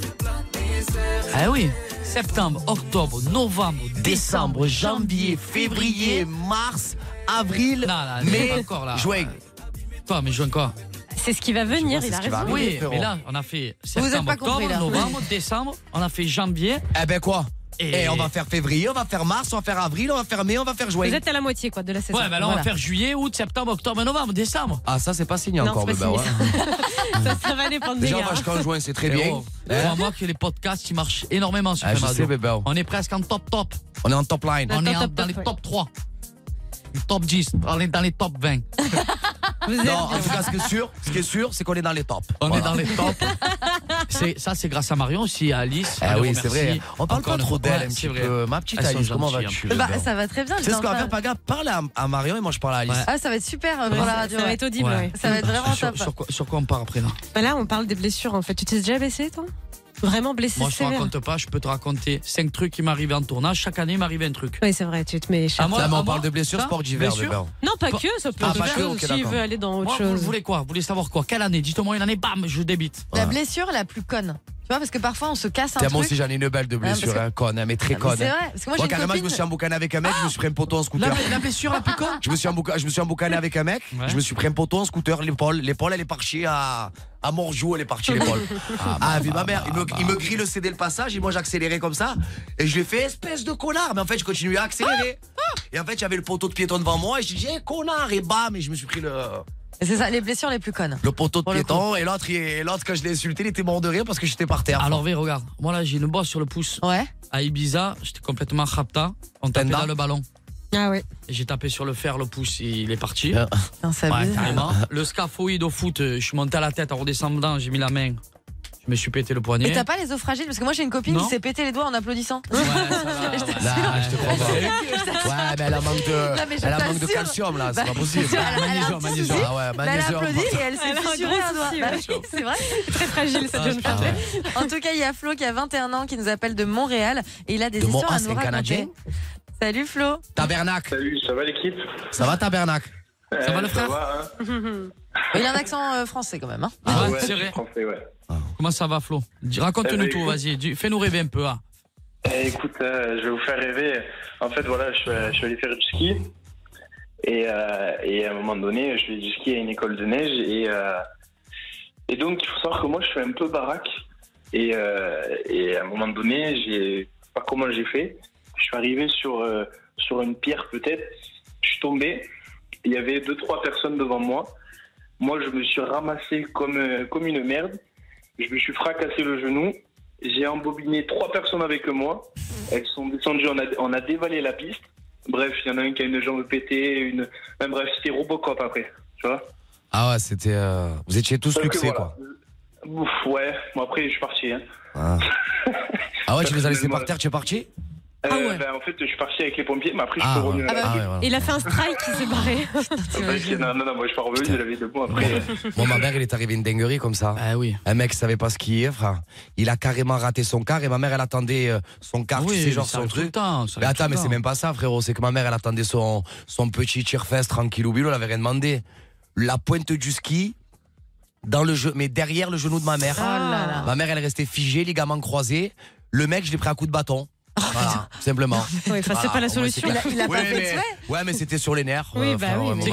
Ah oui. Septembre, octobre, novembre, Décembre, janvier, février, mars, avril, Non, là, mai, pas encore là. juin. Quoi, mais juin quoi? C'est ce qui va venir, c'est il ce a qui va raison. arriver. Oui, frérot. mais là, on a fait Vous êtes septembre, pas compris, octobre, là. novembre, décembre, on a fait janvier. Eh ben quoi? Et- Et on va faire février, on va faire mars, on va faire avril, on va faire mai, on va faire juin. Vous êtes à la moitié quoi de la saison. Ouais, mais là, on va faire juillet, août, septembre, octobre, novembre, décembre. Ah, ça, c'est pas signé Non, encore, c'est bébé. pas Ouais. signé. Ça va dépendre des Déjà, on gars. va jusqu'en juin, c'est très bien. Frérot, crois-moi que les podcasts, ils marchent énormément sur Ah, Fun je Radio. sais, bébé. On est presque en top. On est en top line. On est top, dans les ouais. top 3. Du top 10. On est dans les top 20. Vous êtes Non, en bien. tout cas, ce qui est sûr, c'est qu'on est dans les tops. On Voilà. est dans les tops. Ça, c'est grâce à Marion aussi, à Alice. Ah On les oui, c'est remercie. vrai. On parle Encore pas une trop fois. d'elle Ouais, un c'est petit vrai. peu. Ma petite Elles sont Alice, comment gentilles, vas-tu? Bah, ça va très bien. Tu sais ce qu'on va j'étais en faire, Paga? Parle à Marion et moi je parle à Alice. Ouais. Ah, ça va être super pour la radio. Ça va ouais. être audible, Ouais. ouais. Ça va être vraiment Sur, top. sur quoi on part après là? Bah là, on parle des blessures en fait. Tu t'es déjà blessé, toi? Vraiment blessé Moi, je te sévère? raconte pas. Je peux te raconter 5 trucs qui m'arrivent en tournage. Chaque année, il m'arrive un truc. Oui, c'est vrai, tu te mets cher. Ah, moi, Là, mais ah, on parle moi, de blessures ça, sport d'hiver, blessures. bébé. Non, pas Pas- que, ça peut Ah, se pas faire que, ok, s'il d'accord. veut aller dans autre Moi, vous chose. voulez quoi? Vous voulez savoir quoi? Quelle année? Dites-moi une année, bam, je débite. La blessure la plus conne. Tu vois, parce que parfois on se casse un Tiens, moi truc. aussi j'en ai une belle de blessure, parce que- hein, conne, hein, mais très Ah, mais conne. c'est hein. vrai, parce que moi, j'ai une carrément, je copine- me suis emboucané avec un mec, je me suis pris un poteau en scooter. La blessure la plus conne? Je me suis emboucané avec un mec, Ouais. je me suis pris un poteau en scooter, l'épaule elle est partie à Morjou, elle est partie l'épaule. Ah, vu ma mère, il me grille le CD le passage et moi j'accélérais comme ça et je lui ai fait espèce de connard, mais en fait je continuais à accélérer. Et en fait j'avais le poteau de piéton devant moi et je dis connard et bam et je me suis pris Et c'est ça, les blessures les plus connes. le poteau de Pour le piéton et l'autre quand je l'ai insulté il était mort de rire parce que j'étais par terre. Alors, regarde. Moi, là, j'ai une bosse sur le pouce. Ouais. À Ibiza, j'étais complètement rapta. On tapait Tenda. dans le ballon. Ah ouais. Et j'ai tapé sur le fer, le pouce, il est parti. Non, ça Ouais, abuse. carrément. Le scaphoïde au foot, je suis monté à la tête en redescendant, j'ai mis la main. Je me suis pété le poignet. Et t'as pas les os fragiles? Parce que moi j'ai une copine Non. qui s'est pété les doigts en applaudissant. Ouais, ça va, ouais. Là, je te crois pas. Ouais, mais elle a manque Non, mais je elle a manque de t'assure. calcium là, c'est Bah, pas possible. elle a un Magnésium, petit magnésium. souci. Ah ouais, Bah, elle a magnésium. applaudi et elle s'est Elle a un fissuré gros un doigt. souci, Bah ouais. oui, c'est vrai. Très fragile cette jeune femme. En tout cas, il y a Flo qui a 21 ans qui nous appelle de Montréal et il a des De histoires à Montréal, nous c'est un raconter. Canadien. Salut Flo. Tabernacle. Salut, ça va l'équipe? Ça va Tabernacle? Ça va le frère? va, hein? Il a un accent français quand même. Hein. Ah ouais, Ouais, c'est vrai. français, ouais. Comment ça va, Flo? Raconte-nous Eh ben, tout, écoute. vas-y. Fais-nous rêver un peu. Hein. Écoute, je vais vous faire rêver. En fait, voilà, je suis allé faire du ski. Et à un moment donné, je fais du ski à une école de neige. Et donc, il faut savoir que moi, je suis un peu baraque. Et à un moment donné, je sais pas comment j'ai fait. Je suis arrivé sur une pierre, peut-être. Je suis tombé. Il y avait 2-3 personnes devant moi. Moi, je me suis ramassé comme une merde. Je me suis fracassé le genou. J'ai embobiné 3 personnes avec moi. Elles sont descendues, on a dévalé la piste. Bref, il y en a un qui a une jambe pétée, Enfin, bref, c'était Robocop après, tu vois. Ah ouais, c'était vous étiez tous Sauf que luxés voilà. quoi. Ouf, ouais, bon après je suis parti. Hein. Ah ouais, tu les as laissés par terre, tu es parti? En fait, je suis parti avec les pompiers, mais après, je suis revenu. Voilà. Il a fait un strike, il s'est barré. Non, moi, je suis revenu, il avait deux mois après. Bon, ma mère, il est arrivé une dinguerie comme ça. Ah oui. Un mec savait pas skier, frère. Il a carrément raté son car et ma mère, elle attendait son car, tu sais, genre son truc. Mais attends, mais c'est même pas ça, frérot. C'est que ma mère, elle attendait son petit cheerfest tranquillou bilou, elle avait rien demandé. La pointe du ski, mais derrière le genou de ma mère. Ma mère, elle restait figée, ligaments croisés. Le mec, je l'ai pris à coup de bâton. Voilà, simplement. Oui, enfin, c'est pas la solution. Il a pas fait exprès. Ouais, mais c'était sur les nerfs. Oui, bah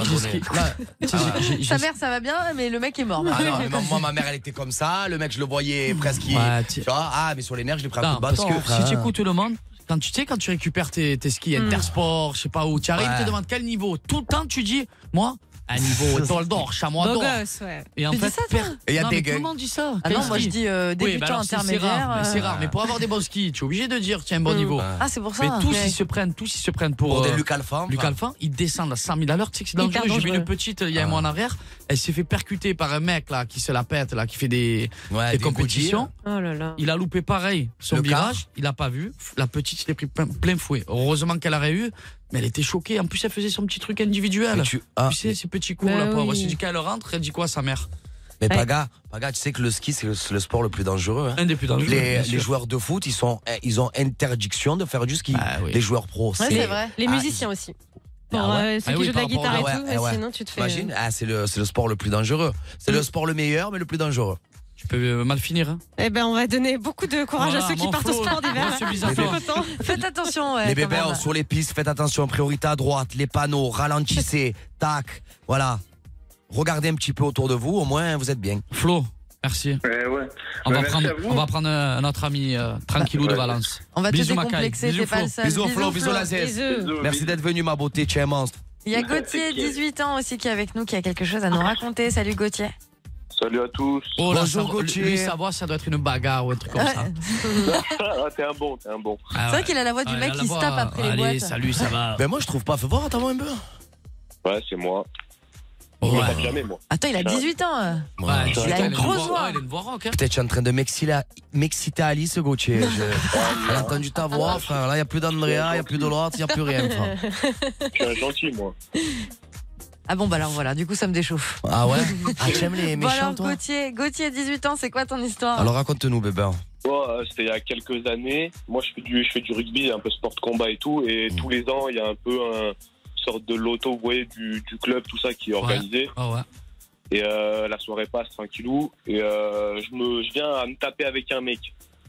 oui. Sa mère, ça va bien, mais le mec est mort. Ah non, mais moi, ma mère, elle était comme ça. Le mec, je le voyais presque. Tu vois, mais sur les nerfs, je l'ai pris à coup de bâton. Parce que si tu écoutes le monde, quand tu récupères tes skis Intersport, je sais pas où, tu arrives, tu te demandes quel niveau. Tout le temps, tu dis, moi, un niveau étoile d'or, chamois d'or. Et en fait, il y a des gars. Tout le monde dit ça. Ah non, moi je dis débutant intermédiaire. C'est rare, mais pour avoir des bons skis, tu es obligé de dire tiens, un bon niveau. Ah, c'est pour ça. Mais tous ils se prennent pour des Luc Alphand. Ils descendent à 100 000 à l'heure. Tu sais que c'est dangereux. J'ai vu une petite il y a un mois en arrière. Elle s'est fait percuter par un mec là qui se la pète là, qui fait des compétitions. Oh là là. Il a loupé pareil son virage. Il a pas vu. La petite s'est pris plein fouet. Heureusement qu'elle aurait eu. Mais elle était choquée. En plus, elle faisait son petit truc individuel. Tu sais, ces petits cours, la pauvre. Si elle rentre, elle dit quoi à sa mère? Mais Paga, tu sais que le ski, c'est le sport le plus dangereux. Hein. Un des plus dangereux. Les joueurs de foot, ils ont interdiction de faire du ski. Les joueurs pros. C'est vrai. Les musiciens aussi. Pour ceux qui jouent de la guitare et tout, sinon tu te fais. Imagine, c'est le sport le plus dangereux. C'est le sport le meilleur, mais le plus dangereux. Tu peux mal finir. Hein. Eh ben, on va donner beaucoup de courage à ceux qui partent au sport d'hiver. Faites attention. Les bébés sur les pistes, faites attention. Priorité à droite, les panneaux, ralentissez, tac. Voilà. Regardez un petit peu autour de vous, au moins vous êtes bien. Flo, merci. On va prendre notre ami tranquillou de Valence. On va te décomplexer, t'es pas le seul. Bisous Flo, bisous la zeste. Merci d'être venu, ma beauté, tu es un monstre. Il y a Gauthier, 18 ans aussi, qui est avec nous, qui a quelque chose à nous raconter. Salut Gauthier. Salut à tous. Oh, bonjour Gauthier. Lui, sa voix, ça doit être une bagarre ou un truc comme ça. T'es un bon. C'est vrai qu'il a la voix du mec qui se tape après les boîtes. Salut, ça va. Ben moi, je trouve pas. Fais voir, attends-moi un peu. Ouais, c'est moi. Je me tape jamais, moi. Attends, il a 18 ans. Il a une grosse voix. Peut-être je suis en train de m'exciter à Alice, Gauthier. J'ai entendu ta voix, frère. Là, il n'y a plus d'Andrea, il n'y a plus de l'autre, il n'y a plus rien, frère. Je suis un gentil, moi. Ah bon, bah alors voilà, du coup ça me déchauffe. Ah ouais? Ah, j'aime les méchants, alors, toi? Gauthier, 18 ans, c'est quoi ton histoire? Alors raconte-nous, bébé. C'était il y a quelques années. Moi, je fais du rugby, un peu sport de combat et tout. Et tous les ans, il y a un peu une sorte de loto, vous voyez, du club, tout ça qui est organisé. Et la soirée passe tranquillou. Et je viens à me taper avec un mec.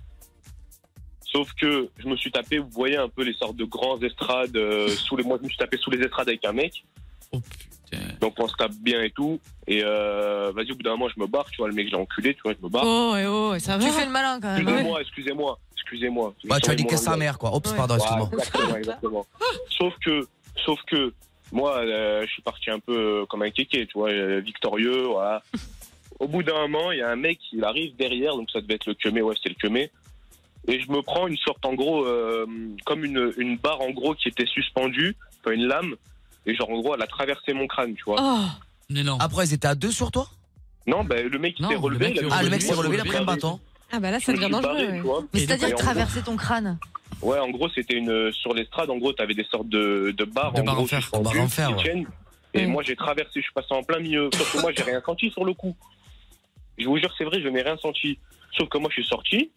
Sauf que je me suis tapé, vous voyez un peu les sortes de grands estrades. Moi, je me suis tapé sous les estrades avec un mec. Oh putain. Donc on se tape bien et tout. Et vas-y, au bout d'un moment, je me barre. Tu vois, le mec, j'ai enculé, tu vois, je me barre. Oh, ça va. Tu fais le malin quand même. Excusez-moi. Bah, tu as niqué sa mère, quoi. Oups, pardon, excuse-moi. Exactement. Sauf que, moi, je suis parti un peu comme un kéké, tu vois, victorieux, voilà. Au bout d'un moment, il y a un mec, il arrive derrière, donc ça devait être le queumé, c'était le queumé. Et je me prends une sorte, en gros, comme une barre, en gros, qui était suspendue, enfin une lame. Et genre, en gros, elle a traversé mon crâne, tu vois. Oh. Mais non. Après, ils étaient à deux sur toi? Non, le mec, il s'est relevé. Le mec s'est relevé, il a pris un bâton. Ah bah là, ça devient dangereux. Mais c'est-à-dire traverser ton crâne? Ouais, en gros, c'était sur l'estrade, en gros, t'avais des sortes de barres, en gros, en fer, Et moi, j'ai traversé, je suis passé en plein milieu. Sauf que moi, j'ai rien senti sur le coup. Je vous jure, c'est vrai, je n'ai rien senti. Sauf que moi, je suis sorti.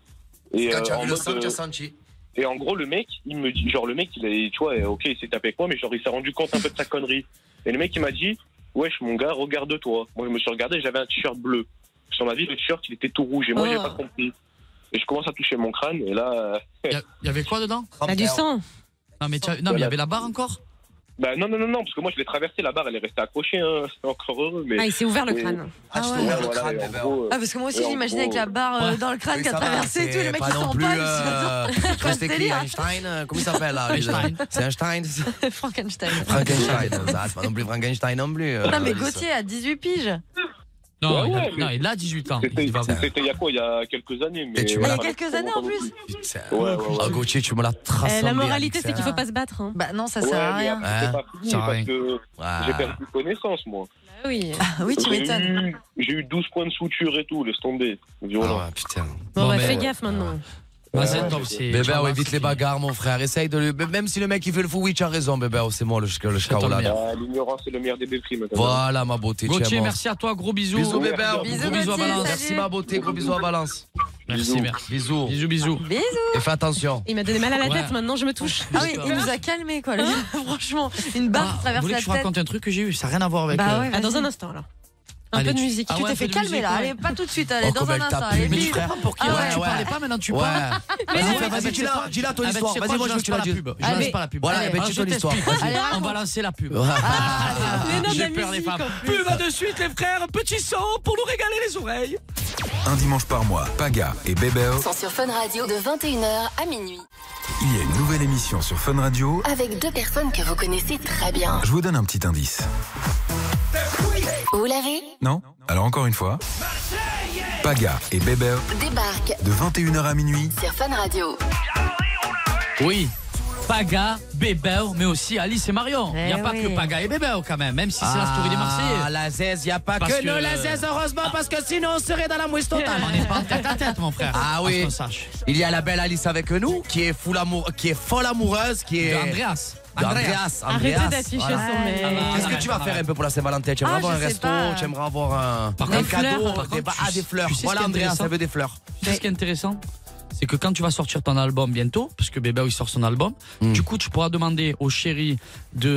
Et quand tu as vu le sang, tu as senti. Et en gros, le mec, il me dit, genre, le mec, tu vois, ok, il s'est tapé avec moi, mais genre, il s'est rendu compte un peu de sa connerie. Et le mec, il m'a dit, wesh, mon gars, regarde-toi. Moi, je me suis regardé, j'avais un t-shirt bleu. Sur ma vie, le t-shirt, il était tout rouge. Et moi, j'ai pas compris. Et je commence à toucher mon crâne, et là. Il y avait quoi dedans? Il y a du sang. Non, mais il y avait la barre encore? Bah non, parce que moi je l'ai traversé, la barre elle est restée accrochée, hein. C'est encore heureux. Mais... Ah, il s'est ouvert le crâne. Ah ouais, ouvert le crâne, parce que moi aussi j'imaginais avec la barre dans le crâne qui a traversé et tout, le mec il sent pas. C'était qui, Einstein? Comment il s'appelle là? C'est Einstein? Frankenstein. C'est pas non plus Frankenstein non plus. Non mais Gauthier a 18 piges. Non, il a 18 ans. C'était il y a quoi? Il y a quelques années. Mais il y a quelques années en plus. Ouais. Gauthier, tu me l'as tracé. La moralité, c'est qu'il faut pas se battre. Bah non, ça sert à rien. C'est pas fini parce que j'ai perdu connaissance, moi. Oui. Oui, tu m'étonnes. J'ai eu 12 points de suture et tout, laisse tomber. Ah putain. Bon, fais gaffe maintenant. c'est top, c'est. Bébé, évite les bagarres, mon frère. Essaye de lui. Même si le mec il fait le fou, oui, tu as raison, bébé. C'est moi le chaoulade. L'ignorance est le meilleur des déprimes. Voilà, ma beauté. Gauthier, merci à toi, gros bisous. Bisous, bébé. Bisous, Gros bisous à Gauthier, Valence. salut. Merci, ma beauté. Gros bisous à Valence. Merci. Bisous. Bisous. Et fais attention. Il m'a donné mal à la Ouais. tête, maintenant je me touche. Ah oui, il nous a calmé quoi. Franchement, une barre Vous traverse voulez la que je tête. raconte un truc que j'ai eu? Ça n'a rien à voir avec. Bah ouais, Ah, dans vas-y. un instant alors. Un Allez, peu de musique. Tu ouais, t'es un fait peu de calmer musique, là, ouais. allez, pas tout de suite, allez, Oh, dans comme un elle instant. tape. Allez, Mais vite. tu comprends Pour qui? Ah Ouais, ouais, tu ouais. parlais pas, maintenant tu Ouais. parles. Vas-y, dis-la ton histoire. Ah, ben, Vas-y, moi je je veux lance que tu pas la la dises. pub. Je Allez. lance pas la pub. Voilà, Allez, ben, alors, dis je ton histoire. t'explique. Allez, On raconte. va lancer la pub. Mais non, de J'ai la peur des musique femmes. en plus. Pub de suite, les frères. Petit son pour nous régaler les oreilles. Un dimanche par mois, Paga et Bébéo, Sont sur Fun Radio de 21h à minuit. il y a une nouvelle émission sur Fun Radio. Avec deux personnes que vous connaissez très bien. Je vous donne un petit indice. Vous l'avez? Non? Alors encore une fois. Paga et Bébéo, Débarque de 21h à minuit. sur Fun Radio. Oui. Paga, Bébéo, mais aussi Alice et Marion. Il n'y a Eh pas oui. que Paga et Bébéo quand même, même si c'est la story des Marseillais. Ah, la zèze, il n'y a pas Parce que que- nous, la zèze, heureusement, parce que sinon on serait dans la mouisse totale. On n'est pas en tête à tête, mon frère. Ah oui. À ce qu'on sache. Il y a la belle Alice avec nous, qui est folle amoureuse, qui est. De Andreas. Andreas. Arrêtez d'afficher Ouais. son mec. Qu'est-ce que tu vas faire un peu pour la Saint-Valentin? Tu aimerais Ah, avoir un je sais resto, pas. tu aimerais avoir un Par un contre, cadeau, fleurs. Par contre, des fleurs. tu sais ce Voilà, qui est Andreas, intéressant ça veut des fleurs. Tu sais ce qui est intéressant? C'est que quand tu vas sortir ton album bientôt, parce que Bébéo il sort son album, du coup tu pourras demander au chéri de